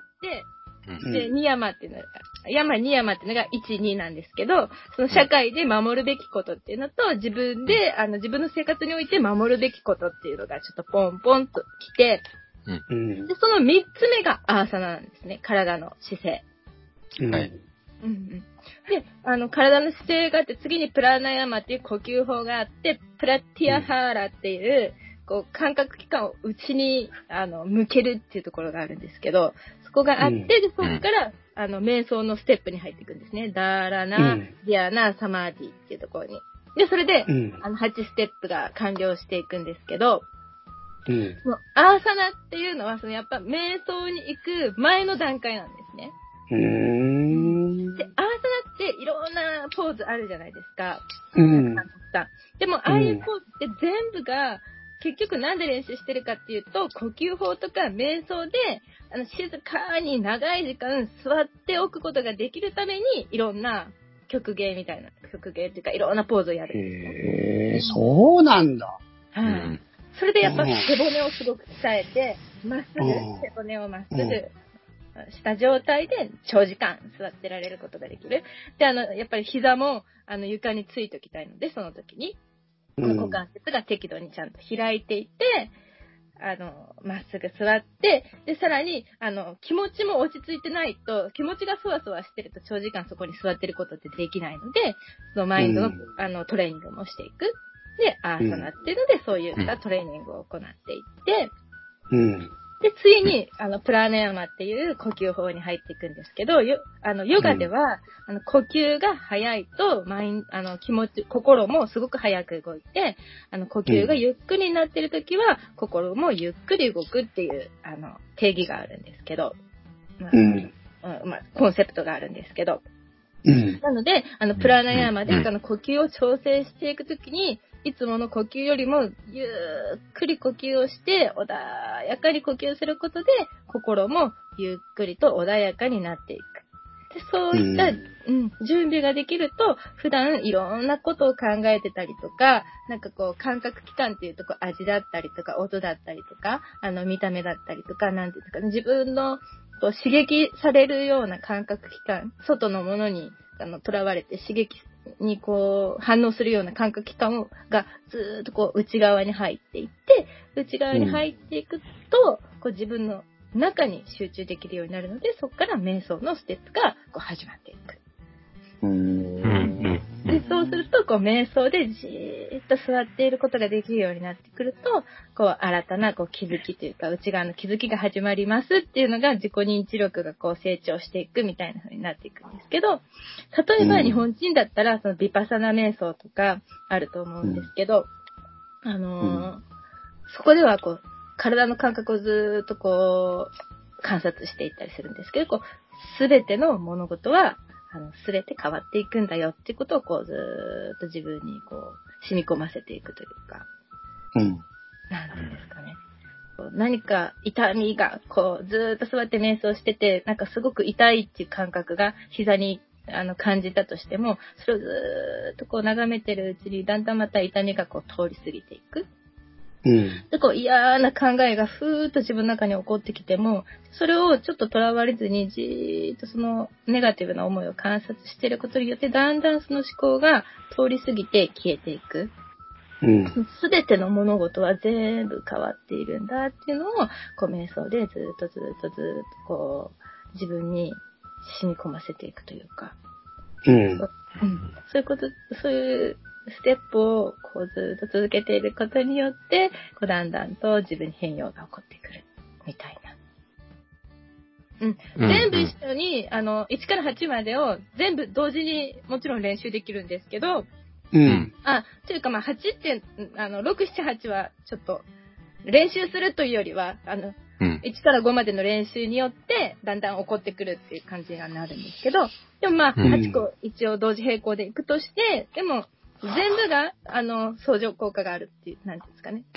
で、に山っていうのが、山に山っていうのがいち、になんですけど、その社会で守るべきことっていうのと、自分で、あの、自分の生活において守るべきことっていうのがちょっとポンポンと来て、 うん、 で、そのみっつめがアーサナなんですね。体の姿勢。 はい。 うんうん、で、あの、体の姿勢があって、次にプラナヤマっていう呼吸法があって、プラティアハーラっていう、こう、感覚器官を内に、あの、向けるっていうところがあるんですけど、そこがあって、うん、で、そこから、あの、瞑想のステップに入っていくんですね。ダーラナ、ディアナ、サマーディっていうところに。で、それで、うん、あの、はちステップが完了していくんですけど、 うん、 そのアーサナっていうのは、そのやっぱ瞑想に行く前の段階なんですね。 うーんで、アーサナっていろんなポーズあるじゃないですか。 うん。 でも、ああいうポーズって全部が、結局なんで練習してるかっていうと、呼吸法とか瞑想で、あの、静かに長い時間座っておくことができるために、いろんな曲芸みたいな、曲芸っていうか、いろんなポーズをやるんですよ。へー、そうなんだ。 はい、うん。それでやっぱ背骨をすごく鍛えて、まっすぐ、背骨をまっすぐ、した状態で長時間座ってられることができる。で、あの、やっぱり膝も、あの、床についておきたいので、その時に、うん、股関節が適度にちゃんと開いていて、あの、まっすぐ座って、で、さらに、あの、気持ちも落ち着いてないと、気持ちがそわそわしてると長時間そこに座ってることってできないので、そのマインドの、うん、あの、トレーニングもしていく。で、アーサナっていうので、そういったトレーニングを行っていって、 うんで、次に、あの、プラーナヤマっていう呼吸法に入っていくんですけど、よ、あの、ヨガでは、うん、あの、呼吸が早いと、マイン、あの、気持ち、心もすごく早く動いて、あの、呼吸がゆっくりになっているときは、心もゆっくり動くっていう、あの、定義があるんですけど、まあ、 うん、 まあ、コンセプトがあるんですけど、 うん、 なので、あの、プラーナヤマで、あの、呼吸を調整していくときに、いつもの呼吸よりもゆっくり呼吸をして穏やかに呼吸することで心もゆっくりと穏やかになっていく。でそういった、うん、準備ができると普段いろんなことを考えてたりとか、なんかこう感覚器官っていうとこう味だったりとか音だったりとか、あの見た目だったりとか、なんていうか、ね、自分のこう刺激されるような感覚器官、外のものにあの囚われて刺激にこう反応するような感覚器官がずーっとこう内側に入っていって、内側に入っていくと、こう自分の中に集中できるようになるので、そこから瞑想のステップがこう始まっていく。 うーんで、そうすると、こう瞑想でじーっと座っていることができるようになってくると、こう新たなこう気づきというか、内側の気づきが始まりますっていうのが、自己認知力がこう成長していくみたいな風になっていくんですけど、例えば日本人だったら、そのビパサナ瞑想とかあると思うんですけど、うん、あのー、そこではこう、体の感覚をずーっとこう、観察していったりするんですけど、こう、すべての物事は、あの、すれて変わっていくんだよっていうことをこうずーっと自分にこう染み込ませていくというか、 うん、 なんていうんですかね。こう何か痛みがこうずーっと座って瞑想してて、なんかすごく痛いっていう感覚が膝にあの感じたとしても、それをずーっとこう眺めてるうちにだんだんまた痛みがこう通り過ぎていく。 うん、 でこう嫌な考えがふーっと自分の中に起こってきても、それをちょっととらわれずにじーっとそのネガティブな思いを観察していることによって、だんだんその思考が通り過ぎて消えていく。 すべての物事は全部変わっているんだっていうのを、こう瞑想でずっとずっとずっとこう、自分に染み込ませていくというか。うん。うん、そういうこと、そういうステップをこうずっと続けていることによって、こうだんだんと自分に変容が起こってくるみたいな。うん。全部一緒に、あの、いちからはちまでを全部同時にもちろん練習できるんですけど、うん。あ、というかまあはちって、あの、ろく、なな、はちはちょっと練習するというよりは、あの、うん、いちからごまでの練習によってだんだん起こってくるっていう感じになるんですけど、でもまあはちこ一応同時並行でいくとして、でも全部が、あの、相乗効果があるっていう、なんていうんですかね。うん、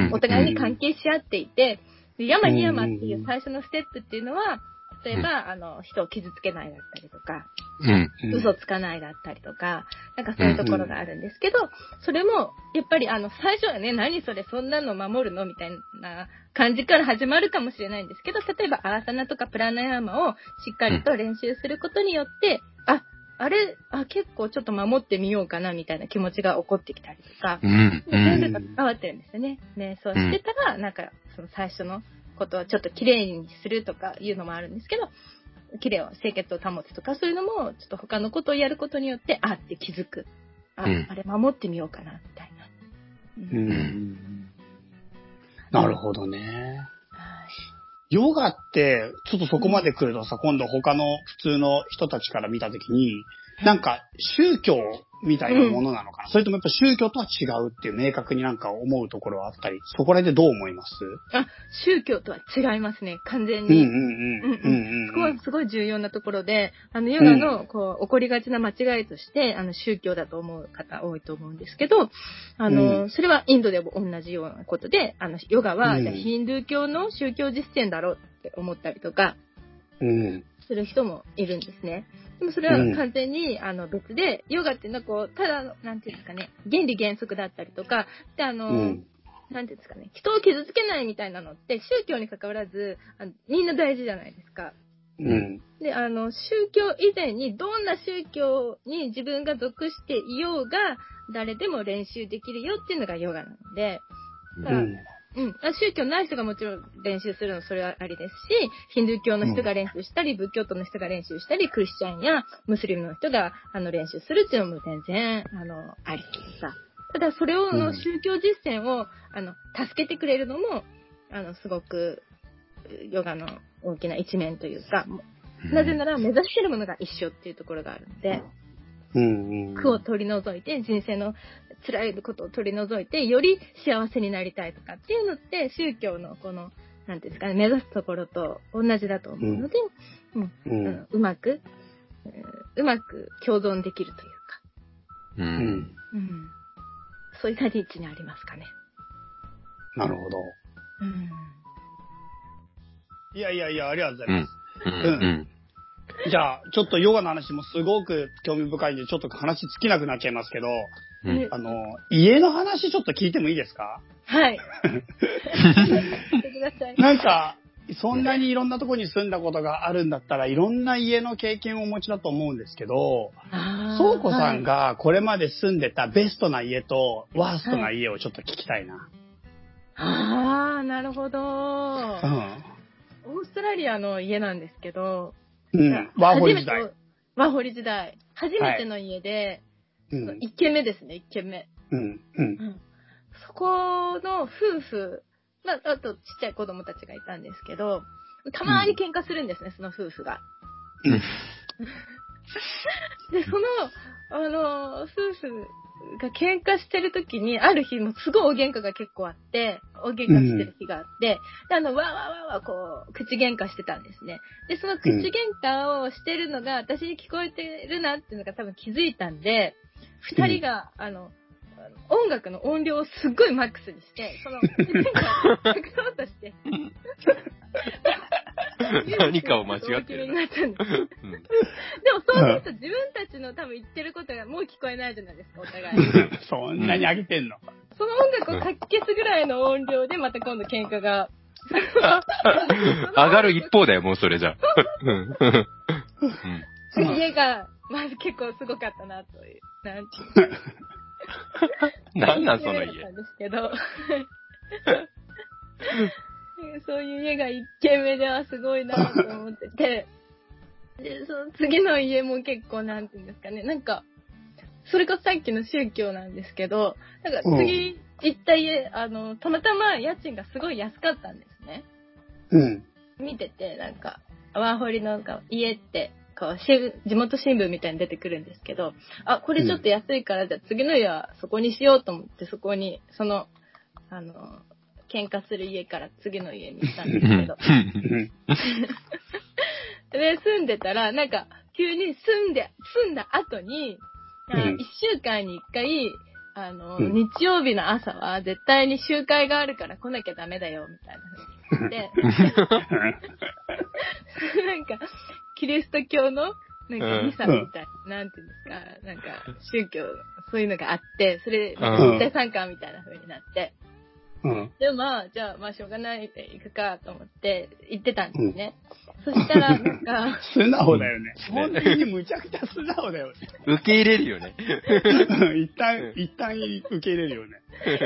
お互いに関係し合っていて、山に山っていう最初のステップっていうのは、例えば、あの、人を傷つけないだったりとか、うん、嘘つかないだったりとか、なんかそういうところがあるんですけど、それも、やっぱりあの、最初はね、何それ、そんなの守るのみたいな感じから始まるかもしれないんですけど、例えばアーサナとかプラナヤーマをしっかりと練習することによって、あ、あれ、あ、結構ちょっと守ってみようかなみたいな気持ちが起こってきたりとか、うん、全部が変わってるんですよね。ね、そうしてたら、なんか、その最初のことをちょっと綺麗にするとかいうのもあるんですけど、綺麗を、清潔を保つとか、そういうのも、ちょっと他のことをやることによって、あって気づく。あ、うん、あれ守ってみようかな、みたいな。うん。うん、 なるほどね。ヨガって、ちょっとそこまで来るとさ、今度他の普通の人たちから見たときに、なんか宗教みたいなものなのかな、うん、それともやっぱ宗教とは違うっていう明確になんか思うところはあったり、そこら辺でどう思います？ あ、宗教とは違いますね、完全に。うんうんうん。うんうん。そこはすごい重要なところで、あの、ヨガの、こう、起こりがちな間違いとして、あの、宗教だと思う方多いと思うんですけど、あの、うん、それはインドでも同じようなことで、あの、ヨガは、じゃあヒンドゥー教の宗教実践だろうって思ったりとか、うん。する人もいるんですね。でもそれは完全に、うん、あの別で、ヨガっていうのはこう、ただの、なんていうんですかね、原理原則だったりとか、で、あの、うん、なんていうんですかね、人を傷つけないみたいなのって、宗教に関わらず、あのみんな大事じゃないですか。うん。で、あの、宗教以前に、どんな宗教に自分が属していようが、誰でも練習できるよっていうのがヨガなので、だから、うんうん。宗教ない人がもちろん練習するのそれはありですし、ヒンドゥー教の人が練習したり、うん、仏教徒の人が練習したり、クリスチャンやムスリムの人があの練習するっていうのも全然、あの、ありでさ。ただそれを、の宗教実践を、あの、助けてくれるのも、あの、すごく、ヨガの大きな一面というか、なぜなら目指しているものが一緒っていうところがあるので、うんうん、苦を取り除いて、人生の辛いことを取り除いて、より幸せになりたいとかっていうのって、宗教のこの、なんていうんですかね、目指すところと同じだと思うので、うんうんうん、うまく、うまく共存できるというか、うんうん、そういったリーチにありますかね。 なるほど。うん、いやいやいや、ありがとうございます。うんうんうんじゃあ、ちょっとヨガの話もすごく興味深いんで、ちょっと話尽きなくなっちゃいますけど、うん、あの、家の話ちょっと聞いてもいいですか？ はい。 なんか、そんなにいろんなところに住んだことがあるんだったら、いろんな家の経験をお持ちだと思うんですけど、そうこさんがこれまで住んでたベストな家とワーストな家をちょっと聞きたいな。はい、 ああ、なるほど、うん。オーストラリアの家なんですけど、 うん、ワーホリ時代。 ワーホリ時代。初めての家で、はいうん、いっけんめですね、いっけんめ。うん、うん。うん、そこの夫婦、まあ、あとちっちゃい子供たちがいたんですけど、たまに喧嘩するんですね、うん、その夫婦が。うん、で、その、あの、夫婦が喧嘩してる時に、ある日もすごい大喧嘩が結構あって、大喧嘩してる日があって、うん、で、あの、わーわーわーわーこう、口喧嘩してたんですね。で、その口喧嘩をしてるのが、私に聞こえてるなっていうのが多分気づいたんで、二人が、うん、あの、音楽の音量をすっごいマックスにして、その、口喧嘩を隠そうとして、 何かを間違ってるな。でもそうすると自分たちの多分言ってることがもう聞こえないじゃないですか、お互いに。 そんなに上げてんの？ その音楽をかき消すぐらいの音量でまた今度喧嘩が。 上がる一方だよ、もうそれじゃ。 家が、まず結構すごかったなという。なんていうなんなんその家。 なんですけどそういう家が一軒目ではすごいなと思ってて、で、その次の家も結構なんていうんですかね、なんか、それこそさっきの宗教なんですけど、なんか次行った家、あの、たまたま家賃がすごい安かったんですね。 うん。 見てて、なんか、ワーホリの家って、こう、地元新聞みたいに出てくるんですけど、あ、これちょっと安いから、じゃあ次の家はそこにしようと思って、そこに、その、あの、喧嘩する家から次の家に行ったんですけど。で、住んでたら、なんか、急に住んで、住んだ後に、うん、いっしゅうかんにいっかい、あの、うん、日曜日の朝は絶対に集会があるから来なきゃダメだよ、みたいな風に言って。なんか、キリスト教の、なんかミサみたいな、うん、なんていうんですか、なんか、宗教、そういうのがあって、それ、なんか絶対参加みたいな風になって。うん、でもまあ、じゃあ、まあ、しょうがないで行くかと思って行ってたんですね。うん、そしたら、なんか。 素直だよね。本当にむちゃくちゃ素直だよね。 受け入れるよね。 一旦、一旦受け入れるよね。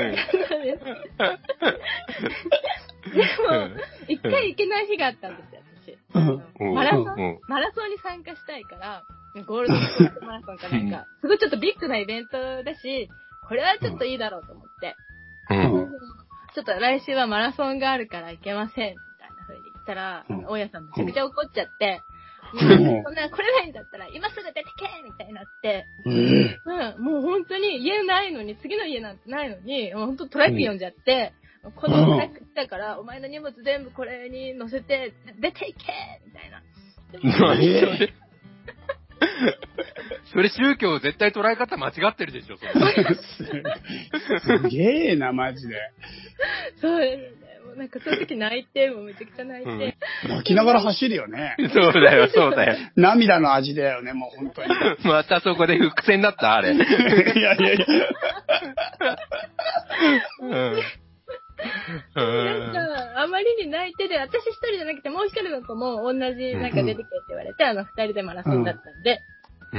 でも、一回行けない日があったんですよ、私。マラソン、マラソンに参加したいから、ゴールドスポーツマラソンかなんか、すごいちょっとビッグなイベントだし、これはちょっといいだろうと思って。うん、ちょっと来週はマラソンがあるから行けません、みたいな風に言ったら、うん、大家さんめちゃくちゃ怒っちゃって、うん、もうそんな来れないんだったら今すぐ出てけみたいになって、うん、もう本当に家ないのに、次の家なんてないのに、もう本当トラック呼んじゃって、うん、このトラック来たから、お前の荷物全部これに乗せて出ていけみたいな。 何それそれ宗教絶対捉え方間違ってるでしょ、それ。 すげえな、マジで。 そうですね。もうなんかその時泣いて、もうめちゃくちゃ泣いて。 うん、泣きながら走るよね。 そうだよ、そうだよ。 涙の味だよね、もう本当に。 またそこで伏線だったあれ。いやいやいや。 うんなんか、あまりに泣いてで、私一人じゃなくて、もう一人の子も同じ、なんか出てけって言われて、うん、あの、二人でマラソンだったんで、うん、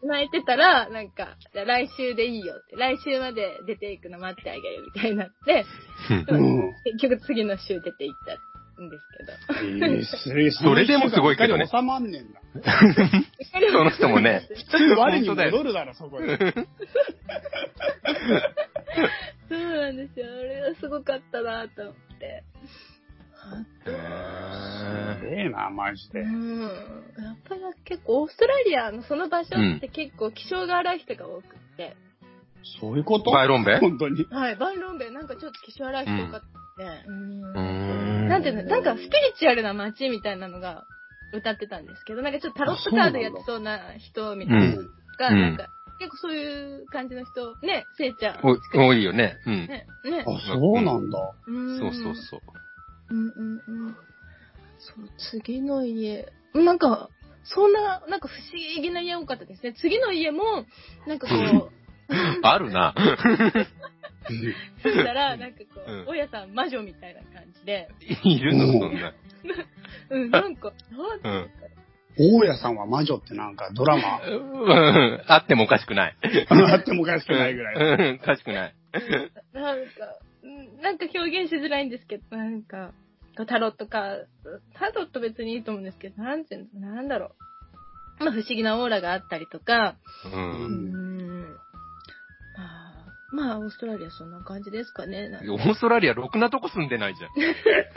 泣いてたら、なんか、じゃあ来週でいいよって、来週まで出ていくの待ってあげるみたいになって、うん、結局次の週出て行ったんですけど。 えー、すれそれでもすごいけどね。 収まんねんな。 その人もね。 普通我に戻るだろ、そこで。 そうなんですよ。あれはすごかったなと思って。 すげえな、マジで。 うん。やっぱり結構オーストラリアのその場所って結構気性が荒い人が多くて。 そういうこと？ バイロンベ？ 本当に。 はい、バイロンベなんかちょっと気性荒い人多かった。うん。うんなんていうの、なんかスピリチュアルな街みたいなのが歌ってたんですけど、なんかちょっとタロットカードやってそうな人みたいなのが、なんか、結構そういう感じの人、ね、せいちゃん。 多いよね。うん。 ね、ね。 あ、そうなんだ。 うん、 そうそうそう。 うんうんうん。そう、次の家。なんか、そんな、なんか不思議な家多かったですね。次の家も、なんかこう。 あるな。 住んだら、なんかこう、うん、大家さん魔女みたいな感じで。 いるのそんな。 うん、なんか、なんか。うん大家さんは魔女ってなんかドラマうん、あってもおかしくない。 あってもおかしくないぐらい。 うん、おかしくない。 なんか、なんか表現しづらいんですけど、なんか、タロットか、タロット別にいいと思うんですけど、なんていうの、なんだろう。まあ不思議なオーラがあったりとか、うん。うんまあ、まあ、オーストラリアそんな感じですかね。 オーストラリアろくなとこ住んでないじゃん。 行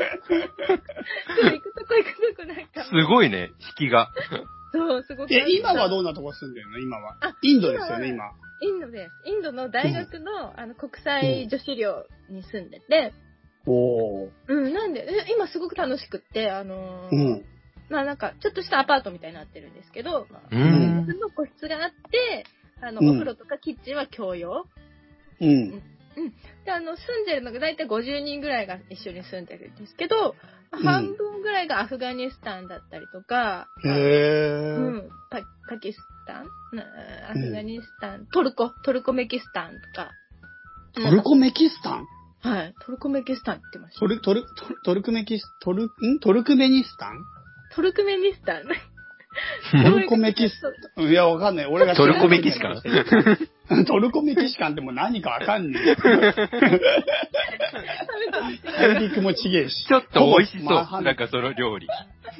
くとこ行くとこなんか。 すごいね、引きが。 そう、すごく。 え、今はどんなとこ住んでるの今は。あ、インドですよね、今。 インドです。インドの大学の、うん、あの国際女子寮に住んでて。 おー。 うん、なんで、今すごく楽しくって、あのー、うん。まあなんか、ちょっとしたアパートみたいになってるんですけど、まあ、うん。自分の個室があって、あの、お風呂とかキッチンは共用。 うん。うん。 で、あの、住んでるのがだいたいごじゅうにんぐらいが一緒に住んでるんですけど、うん、半分ぐらいがアフガニスタンだったりとか、 へー。 うん。パ、パキスタンアフガニスタン、うん、トルコ、トルコメキスタンとか。 トルコメキスタンはい。トルコメキスタンって言ってました。 トル、トル、トルクメキス、トル、んトルクメニスタントルクメニスタントルコメキスタンいや、わかんない。俺がトルコメキスタントルコメキシカンってもう何かわかんねえ。大陸もちげえし。 ちょっと美味しそう。なんかその料理。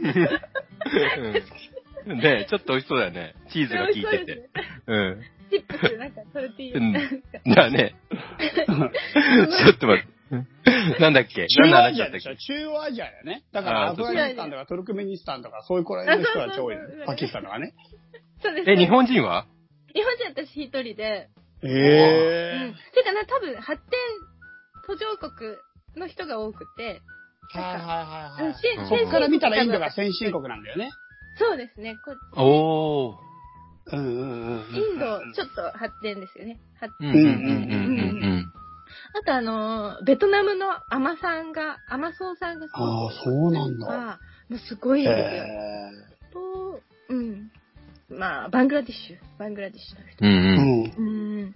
うん、ねえ、ちょっと美味しそうだよね。チーズが効いてて。ね、うん。 チップス、なんかトルティーヤ。うん。 だね。ちょっと待って。なんだっけ中央アジアでしょ。中央アジアだよね。だからアフガニスタンとかトルクメニスタンとかそういうこら辺の人たち多いの。パキスタンとかね。 そうです。 え、日本人は日本人私一人で。 ええー。 うん。てかな、多分発展途上国の人が多くて。 はいはいはいはい。 そこから見たらインドが先進国なんだよね。 そうですね。こおー。 うんうんうん。 インド、ちょっと発展ですよね。発展。うんうんうんうん。 あとあの、ベトナムのアマさんが、アマソーさんがああ、そうなんだ。 もうすごいんですよ。と、うん。まあ、バングラディッシュ。バングラディッシュの人。 うんうん。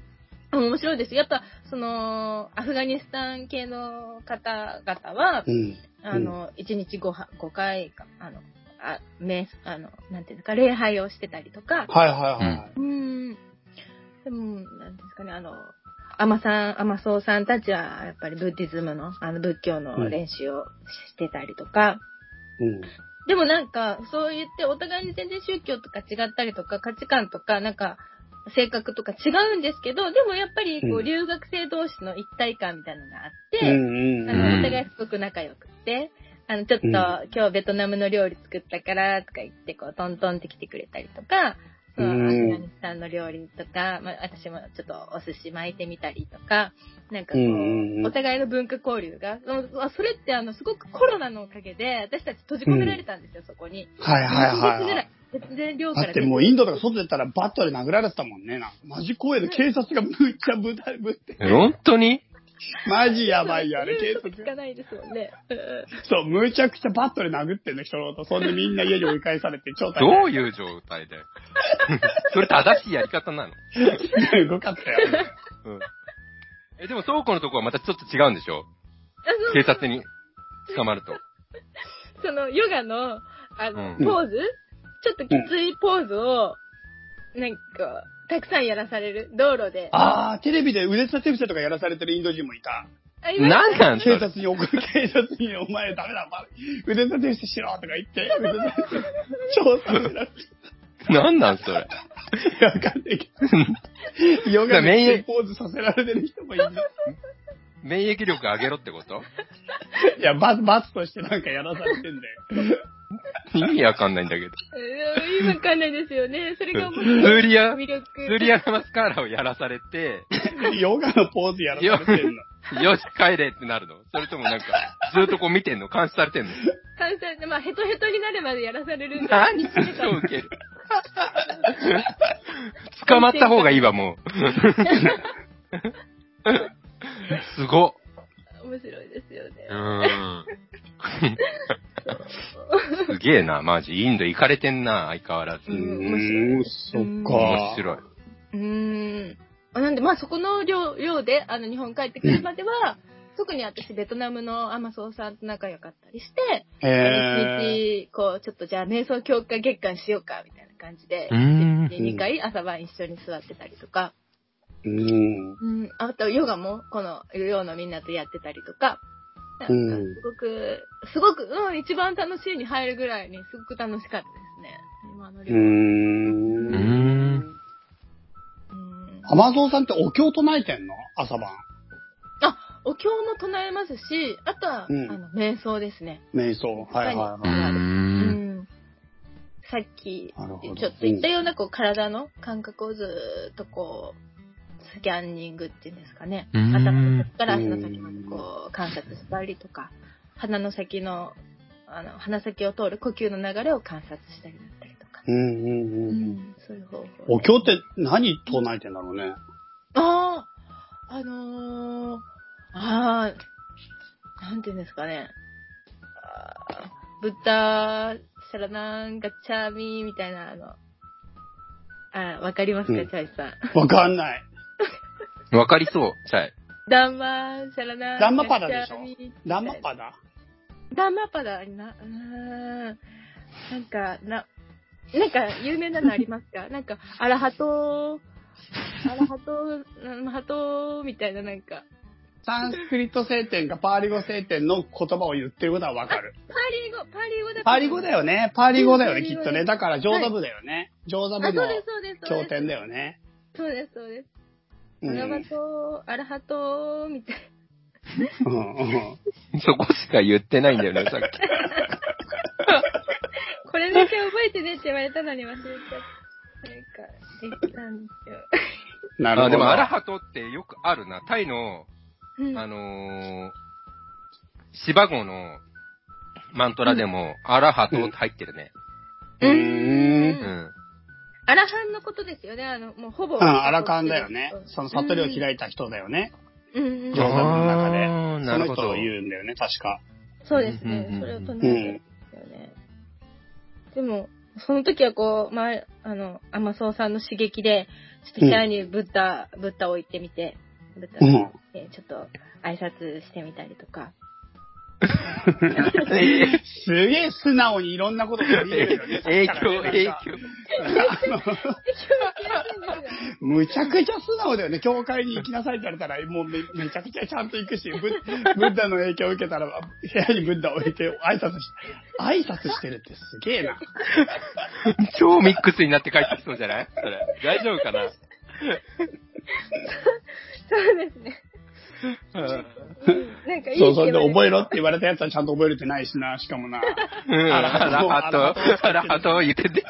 面白いです。やっぱ、その、アフガニスタン系の方々は、うん、あの、いちにち 5, 5回か、あの、あ、め、あの、なんていうか、礼拝をしてたりとか。 はいはいはい。 うん。でも、なんですかね、あの、アマさん、アマソーさんたちは、やっぱりブッディズムの、あの、仏教の練習をしてたりとか。 うん。 でもなんか、そう言って、お互いに全然宗教とか違ったりとか、価値観とか、なんか、性格とか違うんですけど、でもやっぱり、こう、留学生同士の一体感みたいなのがあって、うん、あの、お互いすごく仲良くて、あの、ちょっと、うん、今日ベトナムの料理作ったから、とか言って、こう、トントンって来てくれたりとか、そう、アフガニスタンの料理とか、まあ、私もちょっとお寿司巻いてみたりとか、なんかこう、うん、お互いの文化交流が、それってあの、すごくコロナのおかげで、私たち閉じ込められたんですよ、うん、そこに。 はいはいはい、はい。 別で寮からだってもうインドとか外出たらバットで殴られてたもんね。なマジ怖いで警察がむっちゃぶたぶって。 本当にマジやばいよ、あれ、警察。 聞かないですもんね。 そう、むちゃくちゃバットで殴ってんの、人のこと。そんでみんな家に追い返されて、超大変。どういう状態でそれ正しいやり方なのすごかったよ、ね。 うん。え、でも倉庫のとこはまたちょっと違うんでしょ警察に捕まると。 その、ヨガの、あの、うん、ポーズちょっときついポーズを、なんか、たくさんやらされる。道路で。 ああ、テレビで腕立て伏せとかやらされてるインド人もいた。 なんなん警察に送る、警察にお前ダメだ、腕立て伏せしろとか言って、腕立て伏せ、超させられて。 なんなんそれ。 わかんないけど。ヨガでポーズさせられてる人もいる。 免疫力上げろってこと？ いや、罰、罰としてなんかやらされてんだよ。 意味わかんないんだけど。 意味わかんないですよね。それが面白い。 スーリア、スーリアマスカーラをやらされて、 ヨガのポーズやらされてんの。よし、帰れってなるの？それともなんか、ずっとこう見てんの？監視されてんの？ 監視されて、まあ、ヘトヘトになるまでやらされるんだ。何超ウケる。捕まった方がいいわ、もう。すごっ。 面白いですよね。 うーん。すげえな、マジ。インド行かれてんな、相変わらず。 うーん、そっか。 面白い。 うーん。なんで、まあそこの寮、寮で、あの、日本帰ってくるまでは、特に私、ベトナムのアマソーさんと仲良かったりして、 えー、一日、こう、ちょっとじゃあ、瞑想強化月間しようか、みたいな感じで、にかい朝晩一緒に座ってたりとか、 うん。 うん。あと、ヨガも、この、寮のみんなとやってたりとか、なんかすごく、すごく、うん、一番楽しいに入るぐらいに、すごく楽しかったですね。今の寮。 うーん。アマゾンさんってお経唱えてんの？朝晩。 あ、お経も唱えますし、あとは、うん、あの、瞑想ですね。 瞑想。はいはいはい。 うん。 さっき、ちょっと言ったような、こう、体の感覚をずーっとこう、スキャンニングっていうんですかね。頭の先から足の先までこう観察したりとか、鼻の先の、あの、鼻先を通る呼吸の流れを観察したりだったりとか。 うんうんうん。うん、 そういう方法。 お経って何唱えてんだろうね。 ああ、あのー、ああ、なんていうんですかね。あブッダ、シャラナンガチャーミーみたいな、あの、あ、わかりますか、うん、チャイさん。 わかんない。 わかりそう、チャイ。 ダンマーシャラナー。 ダンマパダでしょ？ダンマパダ？ ダンマパダな、うーん。なんか、な、なんか有名なのありますか？なんか、アラハトアラハト、ハトみたいななんか。 サンスクリット聖典かパーリ語聖典の言葉を言ってることはわかる。 パーリ語、パーリ語だパーリ語だよね。パーリ語だよね、きっとね。だから、上座部だよね。上座部の経典だよね。 そうです、そうです。アラハト、アラハトみたいな。そこしか言ってないんだよね、さっき。 これだけ覚えてねって言われたのに忘れちゃった。なんか、できたんですよ。 なるほど。 あ、でも、アラハトってよくあるな。タイの、 うん、 あのー、芝語のマントラでも、うん、アラハトって入ってるね。 うーん。 うん。 アラハンのことですよね。あの、もうほぼ。 うん、アラカンだよね。その悟りを開いた人だよね。うん。上座部の中で。その人を言うんだよね、確か。 そうですね。それを唱えてるんですよね。うん、でも、その時はこう、まあ、あの、アマソーさんの刺激で、ちょっと部屋にブッダ、うん、ブッダを置いてみて、ブッダを置いて、ちょっと挨拶してみたりとか。 すげえ素直にいろんなことを取り入れるよね。 影響、影響。 むちゃくちゃ素直だよね。教会に行きなさいって言われたら、もう め, めちゃくちゃちゃんと行くし、ブッ、ブッダの影響を受けたら、部屋にブッダを置いて挨拶し、挨拶してるってすげえな。 超ミックスになって帰ってきそうじゃないそれ。大丈夫かなそうですね。 なんかいいそう、それで覚えろって言われたやつはちゃんと覚えれてないしな、しかもな。 うん、アラハト、アラハト言ってて。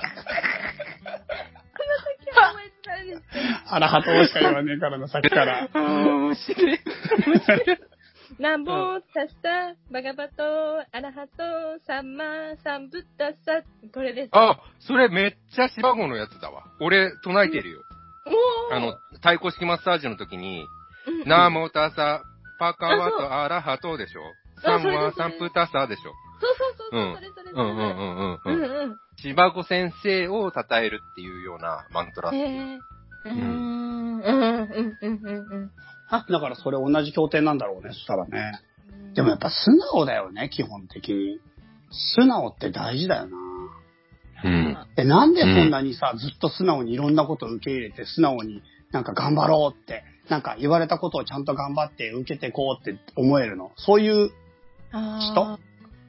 アラハトしか言わねえからな、さっきから。 面白い。面白い。 ナモタスタ、バガバト、アラハト、サンマ、サンブッダサ、これです。 あ、それめっちゃ芝語のやつだわ。俺、唱えてるよ。あの、太鼓式マッサージの時に、ナモタサ、パカワト、アラハトでしょ。サンマ、サンプタサでしょ。 そうそうそう、それそれそれ。 うんうんうんうんうん。芝子先生を称えるっていうようなマントラっていう。 うん。うんうんうんうんうん。 あ、だからそれ同じ経典なんだろうね、そしたらね。でもやっぱ素直だよね、基本的に。素直って大事だよな。 うん。 え、なんでそんなにさ、ずっと素直にいろんなことを受け入れて、素直になんか頑張ろうって、なんか言われたことをちゃんと頑張って受けてこうって思えるの。そういう人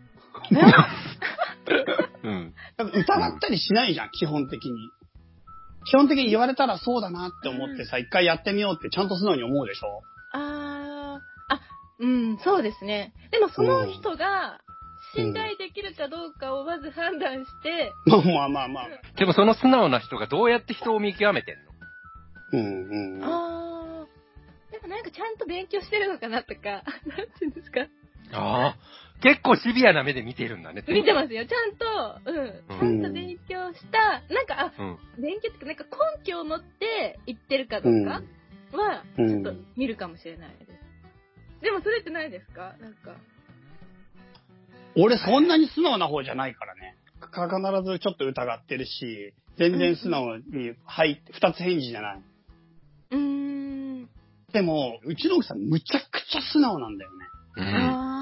うん。疑ったりしないじゃん、基本的に。基本的に言われたらそうだなって思ってさ、一回やってみようってちゃんと素直に思うでしょ？ あー、あ、うん、そうですね。でもその人が信頼できるかどうかをまず判断して、 うん、まあまあまあ。 でもその素直な人がどうやって人を見極めてんの？ うんうん。 あー、でもなんかちゃんと勉強してるのかなとか、なんていうんですか？ ああ、結構シビアな目で見てるんだね。 見てますよ。ちゃんと、うん。ちゃんと勉強した、なんか、あ、うん、勉強っていうか、なんか根拠を持って言ってるかどうかは、ちょっと見るかもしれないです。うん、でもそれってないですか？なんか。 俺そんなに素直な方じゃないからね。必ずちょっと疑ってるし、全然素直に入って、二つ返事じゃない。 うーん。 でも、うちの奥さんむちゃくちゃ素直なんだよね。 うん。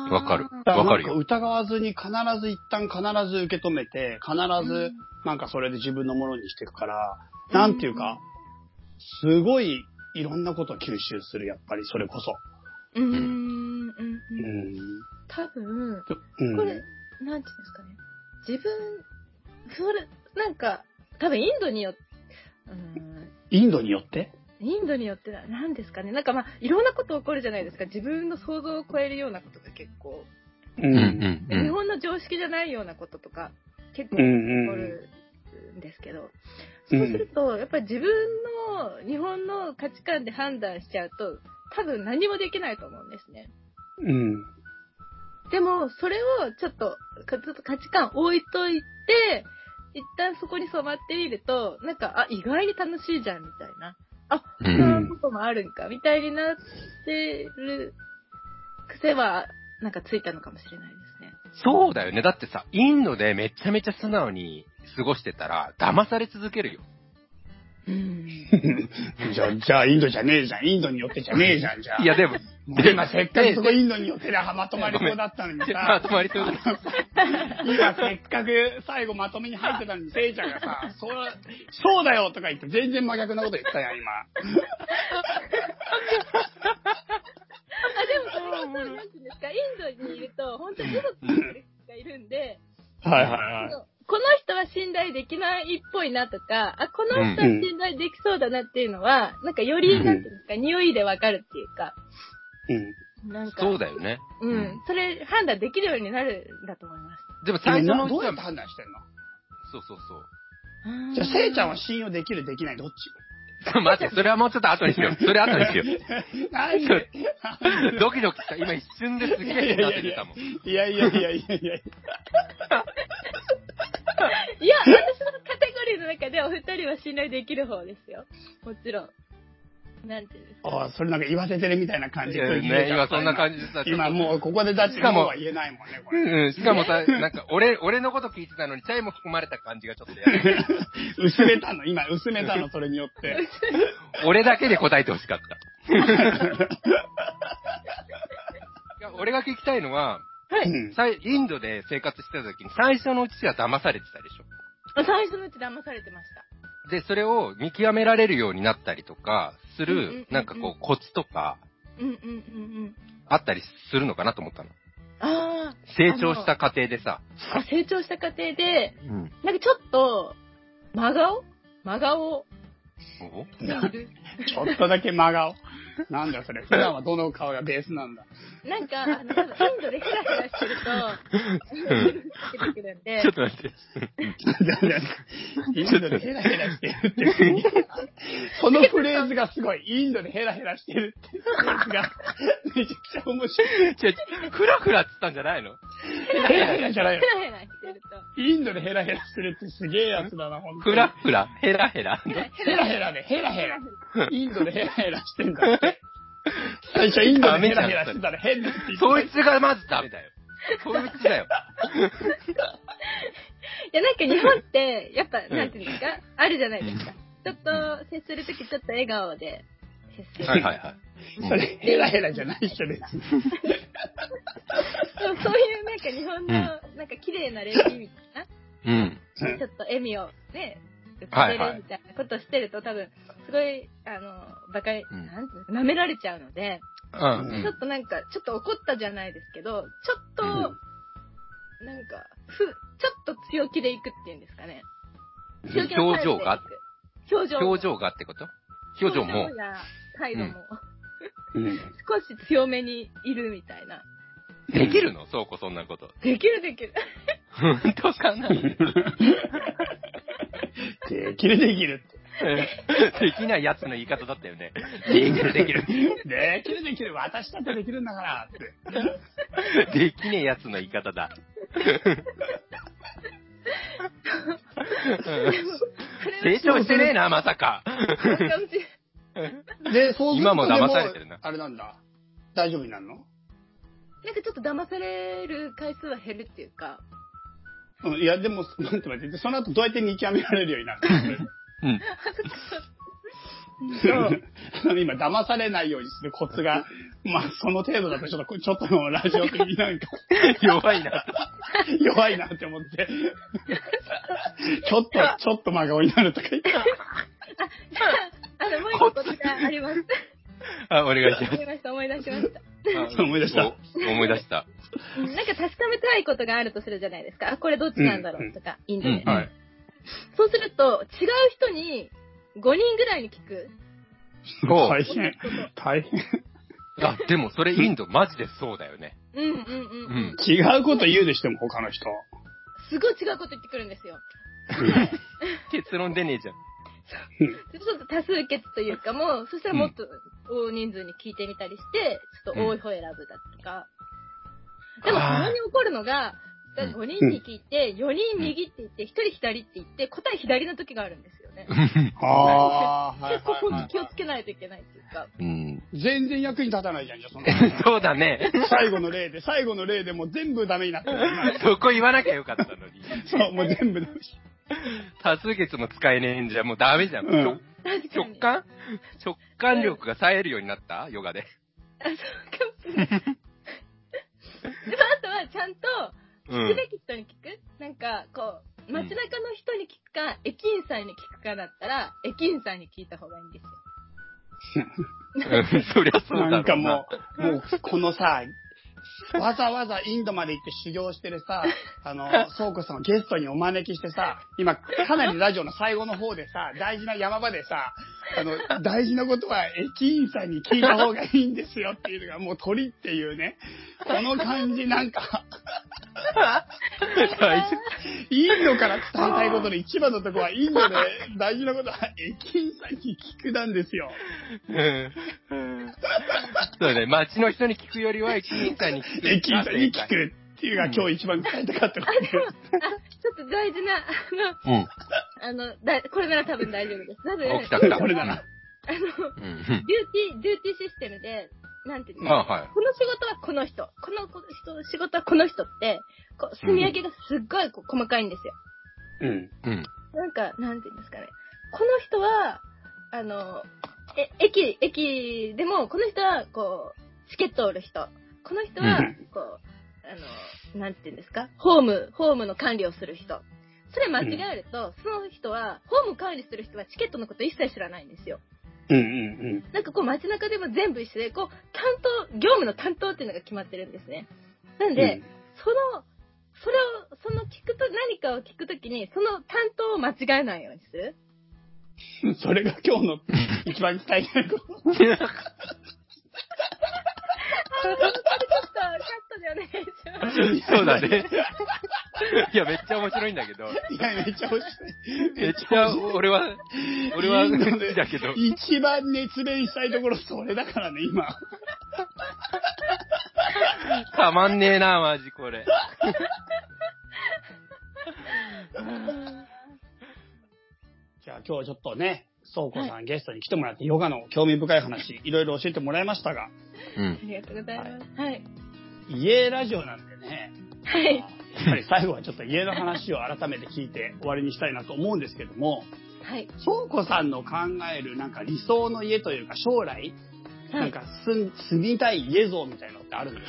わかる。わかるよ。 疑わずに必ず一旦必ず受け止めて、必ずなんかそれで自分のものにしていくから、うん、なんていうか、すごいいろんなことを吸収する、やっぱりそれこそ。 うーん。うん。うん。多分、うん、これ、なんていうんですかね。自分、それ、なんか、多分インドによって、うん、 インドによってインドによって何ですかね。なんかまあ、いろんなこと起こるじゃないですか。自分の想像を超えるようなことが結構。 うんうんうん、 日本の常識じゃないようなこととか、結構起こるんですけど。うんうん、そうすると、やっぱり自分の日本の価値観で判断しちゃうと、多分何もできないと思うんですね。 うん。 でも、それをちょっと、ちょっと価値観置いといて、一旦そこに染まってみると、なんか、あ、意外に楽しいじゃん、みたいな。あ、そんなこともあるんか、みたいになってる癖は、なんかついたのかもしれないですね。 そうだよね。だってさ、インドでめちゃめちゃ素直に過ごしてたら、騙され続けるよ。 うん、 じゃあ、じゃあインドじゃねえじゃん。インドによってじゃねえじゃん、じゃあ。 いや、でも、 今せっかくそこインドによってらまとまりそうだったのにさ。 まとまりそうだ今せっかく最後まとめに入ってたのに、せいちゃんがさ、そう、そうだよとか言って全然真逆なこと言ったやん、今。 あ、でもそれはそうなんですか。インドにいると、本当に嘘ついてる人がいるんで、 はいはいはい。 この人は信頼できないっぽいなとか、あ、この人は信頼できそうだなっていうのは、うん、なんかより、なんていうんですか、匂いでわかるっていうか。 うん。なんか。そうだよね。 うん。うん、それ判断できるようになるんだと思います。 でも最初のうちはどうやって判断してんの？ そうそうそう。 じゃあ、せいちゃんは信用できるできないどっち？ 待って、それはもうちょっと後にしよう。それ後にしよう。 何でドキドキした。今一瞬ですげえなって出たもん。 いやいやいやいやいや。 いや、私のカテゴリーの中でお二人は信頼できる方ですよ。もちろん。なんていうんですか。 ああ、それなんか言わせてるみたいな感じでね。今そんな感じでさ。 今もうここでだってもは言えないもんね、これ。 うん、しかもさ、なんか俺、俺のこと聞いてたのにチャイも含まれた感じがちょっとやる。 薄めたの、今薄めたの、それによって。 俺だけで答えてほしかった。いや俺が聞きたいのは、 はい。 インドで生活してた時に最初のうちは騙されてたでしょ。 最初のうち騙されてました。 で、それを見極められるようになったりとかする、うんうんうんうん、なんかこうコツとか、 うんうんうんうん、 あったりするのかなと思ったの。 ああ。 成長した過程でさ。 あ、成長した過程で、うん、なんかちょっと、真顔真顔ちょっとだけ真顔。なんだよそれ。普段はどの顔がベースなんだ。 なんか、あの、多分インドでヘラヘラしてると、出てくるんで。 ちょっと待って。 インドでヘラヘラしてるって。そのフレーズがすごい。インドでヘラヘラしてるっていうフレーズがめちゃくちゃ面白い。 ちょ、フラフラって言ったんじゃないの？ ヘラヘラじゃないよ。 ヘラヘラしてると。 インドでヘラヘラしてるってすげえやつだな、ほんとに。 フラフラヘラヘラヘラヘラで、ヘラヘラ。インドでヘラヘラしてんだって。最初インドでヘラヘラしてたら変なって言って。 そいつがまずダメだよ。そいつだよ。 いや、なんか日本って、やっぱ、なんていうんですか、あるじゃないですか。ちょっと、接するときちょっと笑顔で接する。 はいはいはい。 それ、ヘラヘラじゃないっしょ、別に。 でもそういうなんか日本の、なんか綺麗な礼儀みたいな。 うん。 ちょっと笑みをね、されるみたいなことをしてると、多分、すごい、あの、バカ、うん、なんていうの、舐められちゃうので、 うん、 ちょっとなんか、ちょっと怒ったじゃないですけど、ちょっと、うん、なんか、ふ、ちょっと強気でいくっていうんですかね。 強気の表情が表情表情がってこと表情も。 表情や態度も、うん、少し強めにいるみたいな。 できるの？そうこそんなこと。 できるできる。 本当かな？ できるできるって。 できないやつの言い方だったよね。できるできる。 できるできる。私だってできるんだからって。 できねえやつの言い方だ。成長してねえな、まさか。 で、そうすると今も騙されてるな。 あれなんだ。大丈夫になるの？ なんかちょっと騙される回数は減るっていうか。 うん、いや、でも、待って待って、その後どうやって見極められるようになるの？うん。そう。今、騙されないようにするコツが、まあ、その程度だとちょっと、ちょっとのラジオ的になんか、 弱いな。 弱いなって思って、ちょっと、ちょっと真顔になるとか言って。 あ、あの、もう一個コツがあります。 あ、お願いします。 思いました、思い出しました。 思い出した。 思い出した。 なんか確かめたいことがあるとするじゃないですか。あ、これどっちなんだろうとか、インドで。 はい。 そうすると、違う人にごにんぐらいに聞く。 大変。大変。 あ、でもそれインドマジでそうだよね。 うんうんうん。 違うこと言うでしても他の人。 すごい違うこと言ってくるんですよ。 結論出ねえじゃん。 ちょっと多数決というかもう、そしたらもっと大人数に聞いてみたりして、ちょっと多い方選ぶだとか。でもたまに起こるのが、ごにんに聞いて、よにん右って言って、ひとり左って言って、答え左の時があるんですよね。 ああ、 結構本当気をつけないといけないっていうか。 うん、 全然役に立たないじゃん、じゃあその。 そうだね。 最後の例で、最後の例でもう全部ダメになってる。 そこ言わなきゃよかったのに。 そう、もう全部ダメ。 多数決も使えねえんじゃ、もうダメじゃん。うん、 直感直感力が冴えるようになった、ヨガで。 あ、そうかもしれない。でもあとはちゃんと聞くべき人に聞く、うん、なんかこう街中の人に聞くか、駅員さんに聞くかだったら駅員さんに聞いた方がいいんですよ。 そりゃそうだろうな。 なんかもう、もうこのさ、わざわざインドまで行って修行してるさ、あの、倉庫さんをゲストにお招きしてさ、今、かなりラジオの最後の方でさ、大事な山場でさ、あの、大事なことは駅員さんに聞いた方がいいんですよっていうのが、もう鳥っていうね、この感じなんか、インドから伝えたいことの一番のところは、インドで大事なことは駅員さんに聞くなんですよ。 そうね、街の人に聞くよりは駅員さんに聞く。 駅員さんに聞くっていうのが今日一番伝えたかったことです。 ちょっと大事な、あの、うん、あのだこれなら多分大丈夫です。多分、 起きた来たこれなら。 あの、うん、デューティー、デューティーシステムで、なんていうの、はい、この仕事はこの人、この人仕事はこの人って、こう、積み上げがすっごいこう細かいんですよ。 うん。うん。 なんか、なんていうんですかね。この人は、あの、え、駅、駅でも、この人は、こう、チケットを売る人。この人は、こう、あの、なんていうんですか、ホーム、ホームの管理をする人。それ間違えると、うん、その人は、ホーム管理する人はチケットのこと一切知らないんですよ。 うんうんうん。 なんかこう街中でも全部一緒で、こう、担当、業務の担当っていうのが決まってるんですね。なんで、うん、その、それを、その聞くと、何かを聞くときに、その担当を間違えないようにする。 それが今日の一番伝えたいこと。あー、 ちょっとカットでお願いします。 そうだね。いや、めっちゃ面白いんだけど。 いや、めっちゃ面白い。 めっちゃ、俺は、俺は好きだけど。 一番熱弁したいところ、それだからね、今。 たまんねえな、マジこれ。 じゃあ今日ちょっとね、倉庫さん、はい、ゲストに来てもらって、ヨガの興味深い話、いろいろ教えてもらいましたが。 うん。ありがとうございます。はい。 家ラジオなんでね。 はい。 やっぱり最後はちょっと家の話を改めて聞いて終わりにしたいなと思うんですけども。 はい。 倉庫さんの考えるなんか理想の家というか将来、はい、なんか住、住みたい家像みたいなのってあるんですか？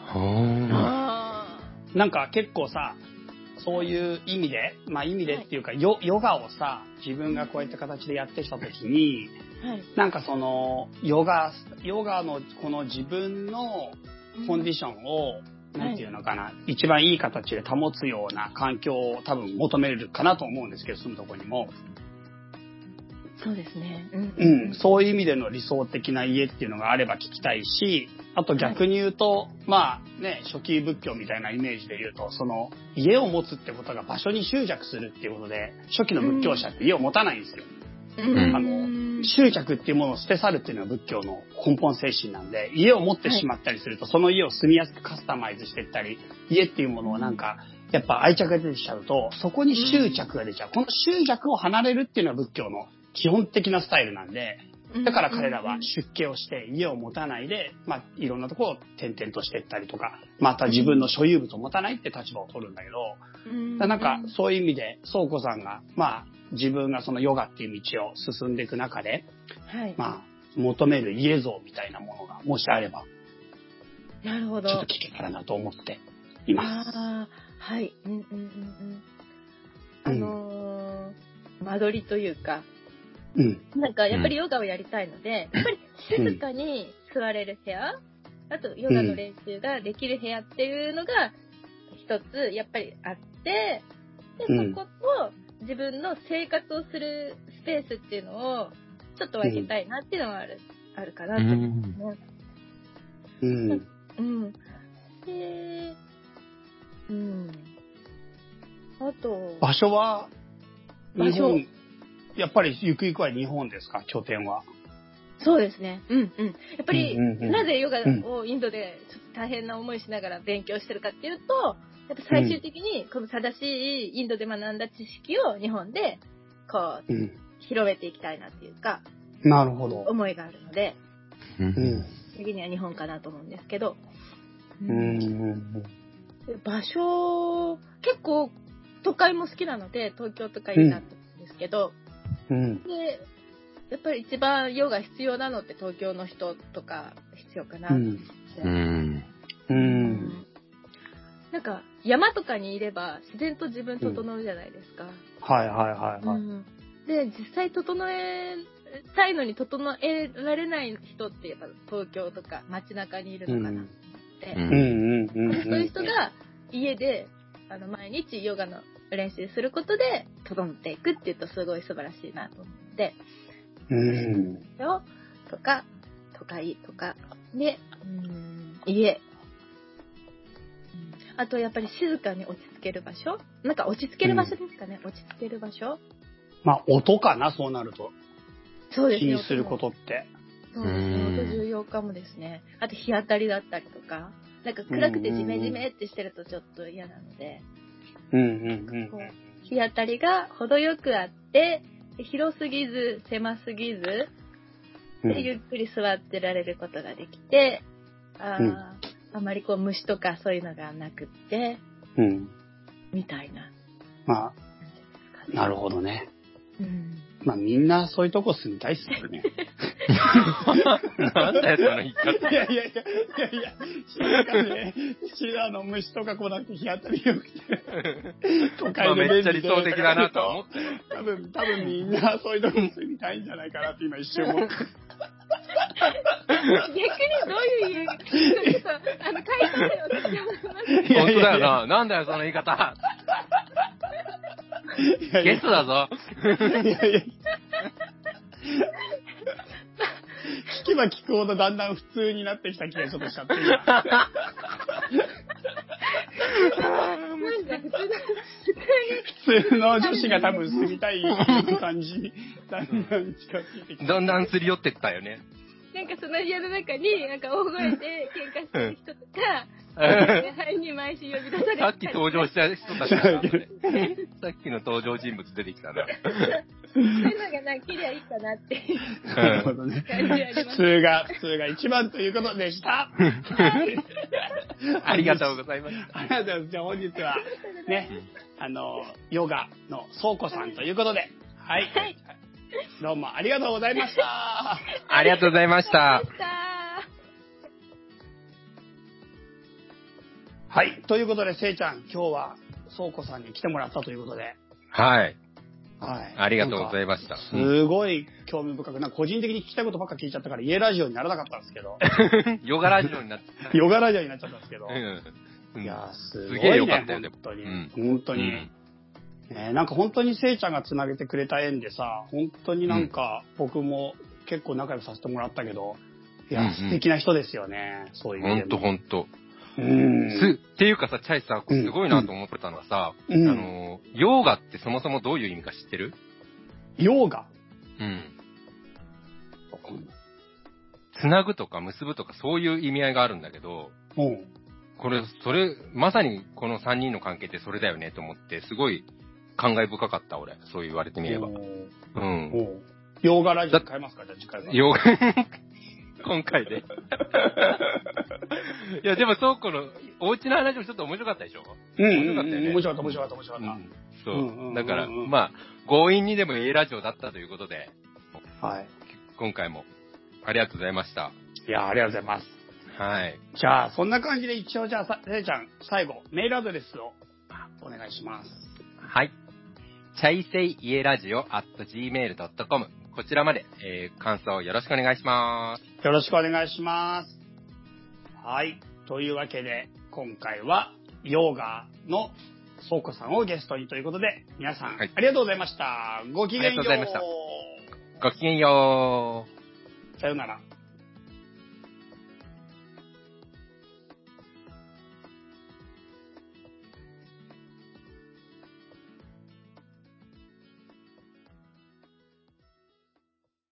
あーなんか結構さ、そういう意味で、まあ意味でっていうか、ヨ、ヨガをさ、自分がこういった形でやってきたときに、はい、なんかその、ヨガ、ヨガのこの自分のコンディションを、うん、なんていうのかな、はい、一番いい形で保つような環境を多分求めるかなと思うんですけど、住むとこにも。 そうですね。 うん、うん。そういう意味での理想的な家っていうのがあれば聞きたいし、あと逆に言うと、はい、まあね、初期仏教みたいなイメージで言うと、その家を持つってことが場所に執着するっていうことで、初期の仏教者って家を持たないんですよ。うん、あの、執着っていうものを捨て去るっていうのは仏教の根本精神なんで、家を持ってしまったりすると、はい、その家を住みやすくカスタマイズしていったり、家っていうものをなんか、やっぱ愛着が出てきちゃうと、そこに執着が出ちゃう。この執着を離れるっていうのは仏教の基本的なスタイルなんで、だから彼らは出家をして家を持たないで、まあいろんなところを転々としていったりとか、また自分の所有物を持たないって立場を取るんだけど、だなんかそういう意味で倉庫さんが、まあ自分がそのヨガっていう道を進んでいく中で、はい、まあ求める家像みたいなものがもしあれば、 なるほど。 ちょっと聞けたらなと思っています。 ああ、はい。うんうんうんうん。あのー、間取りというか、 うん、 なんかやっぱりヨガをやりたいので、やっぱり静かに座れる部屋、あとヨガの練習ができる部屋っていうのが一つやっぱりあって、で、そこと自分の生活をするスペースっていうのをちょっと分けたいなっていうのはある、あるかなと思いますね。 うん。 うん。で、うん。あと、 場所は場所やっぱりゆくゆくは日本ですか、拠点は。 そうですね。うんうん。やっぱり、うんうんうん、なぜヨガをインドでちょっと大変な思いしながら勉強してるかっていうと、やっぱ最終的にこの正しいインドで学んだ知識を日本でこう、うん、広めていきたいなっていうか、 なるほど。 思いがあるので、 うん、 次には日本かなと思うんですけど、 うん、 場所結構都会も好きなので東京とかいいなと思うんですけど、 うん、 でやっぱり一番ヨガ必要なのって東京の人とか必要かなって。うん。 うん。 なんか山とかにいれば自然と自分整うじゃないですか。うん、 はいはいはいはい。うん、 で、実際整えたいのに整えられない人ってやっぱ東京とか街中にいるのかなって。うんうんうんうん、そういう人が家であの毎日ヨガの練習することで整っていくっていうとすごい素晴らしいなと思って。うん。とか都会とかで、うん、家。あとやっぱり静かに落ち着ける場所、なんか落ち着ける場所ですかね、うん、落ち着ける場所。 まあ音かな、そうなると。 そうですね。 気にすることって。 そうですね。音重要かもですね。あと日当たりだったりとか、なんか暗くてジメジメってしてるとちょっと嫌なので、 うんうんうん、 こう日当たりが程よくあって、広すぎず狭すぎずでゆっくり座ってられることができて、うん、ああ。あまりこう虫とかそういうのがなくって、うん、みたいな。 まあ、なるほどね。うん、まあみんなそういうとこ住みたいっすよね。 なんだよその言い方。 いやいやいやいやいや、静かで、シダの虫とか来なくて日当たりよくて、 都会でめっちゃ理想的だなと思って。 多分多分みんなそういうとこ住みたいんじゃないかなって今一瞬思って。 逆にどういう家ちょっとあの回答で教えてもらいます。 本当だよな。なんだよその言い方。ゲスだぞ。いやいや。 聞けば聞くほどだんだん普通になってきた気がちょっとしちゃって。普通の女子が多分住みたい感じにだんだん近づいてきて。 だんだんすり寄ってったよね。 なんかその家の中になんか大声で喧嘩してる人とか、はいに毎週呼び出されて。 さっき登場した人たちが、ね、さっきの登場人物出てきたな。 そういうのがなんか切りゃいいかなって。 なるほどね。普通が、普通が一番ということでした。 ありがとうございます。 ありがとうございます。じゃあ本日はね、あの、ヨガの倉庫さんということで、はい。はいどうもありがとうございました。 ありがとうございました。 はい。ということで、せいちゃん、今日は倉庫さんに来てもらったということで。 はい。 はい。 ありがとうございました。 すごい興味深く、なんか個人的に聞きたいことばっか聞いちゃったから、家ラジオにならなかったんですけど。 ヨガラジオになっちゃった。 ヨガラジオになっちゃったんですけど。うん、いや、すごい、ね。すげえよかったよね。本当に。うん、本当に。うんね、なんか本当にせいちゃんがつなげてくれた縁でさ、本当になんか僕も結構仲良くさせてもらったけど、いや、うんうん、素敵な人ですよね、そういう意味でも。 ほんとほんと。うん。す、っていうかさ、チャイさ、すごいなと思ってたのはさ、うん、あの、ヨーガってそもそもどういう意味か知ってる？ ヨーガ？ うん。つなぐとか結ぶとかそういう意味合いがあるんだけど、うん、これ、それ、まさにこのさんにんの関係ってそれだよねと思って、すごい、感慨深かった、俺。そう言われてみれば。うん。 ヨーガラジオ変えますかじゃあ次回は。 ヨーガ、今回で。いや、でもそうこの、お家の話もちょっと面白かったでしょ？ うん。面白かったよね。面白かった、面白かった、面白かった。うん、 そう、うん。だから、まあ、強引にでも家ラジオだったということで、 はい。 今回も、ありがとうございました。 いや、ありがとうございます。 はい。 じゃあ、そんな感じで一応、じゃあ、せいちゃん、最後、メールアドレスをお願いします。 はい。チャイセイイエラジオ アットジーメールドットコム こちらまで、えー、感想をよろしくお願いします。 よろしくお願いします。はい。というわけで、今回は、ヨーガの倉庫さんをゲストにということで、皆さん、はい、ありがとうございました。ごきげんよう。 ありがとうございました。ごきげんよう。 さよなら。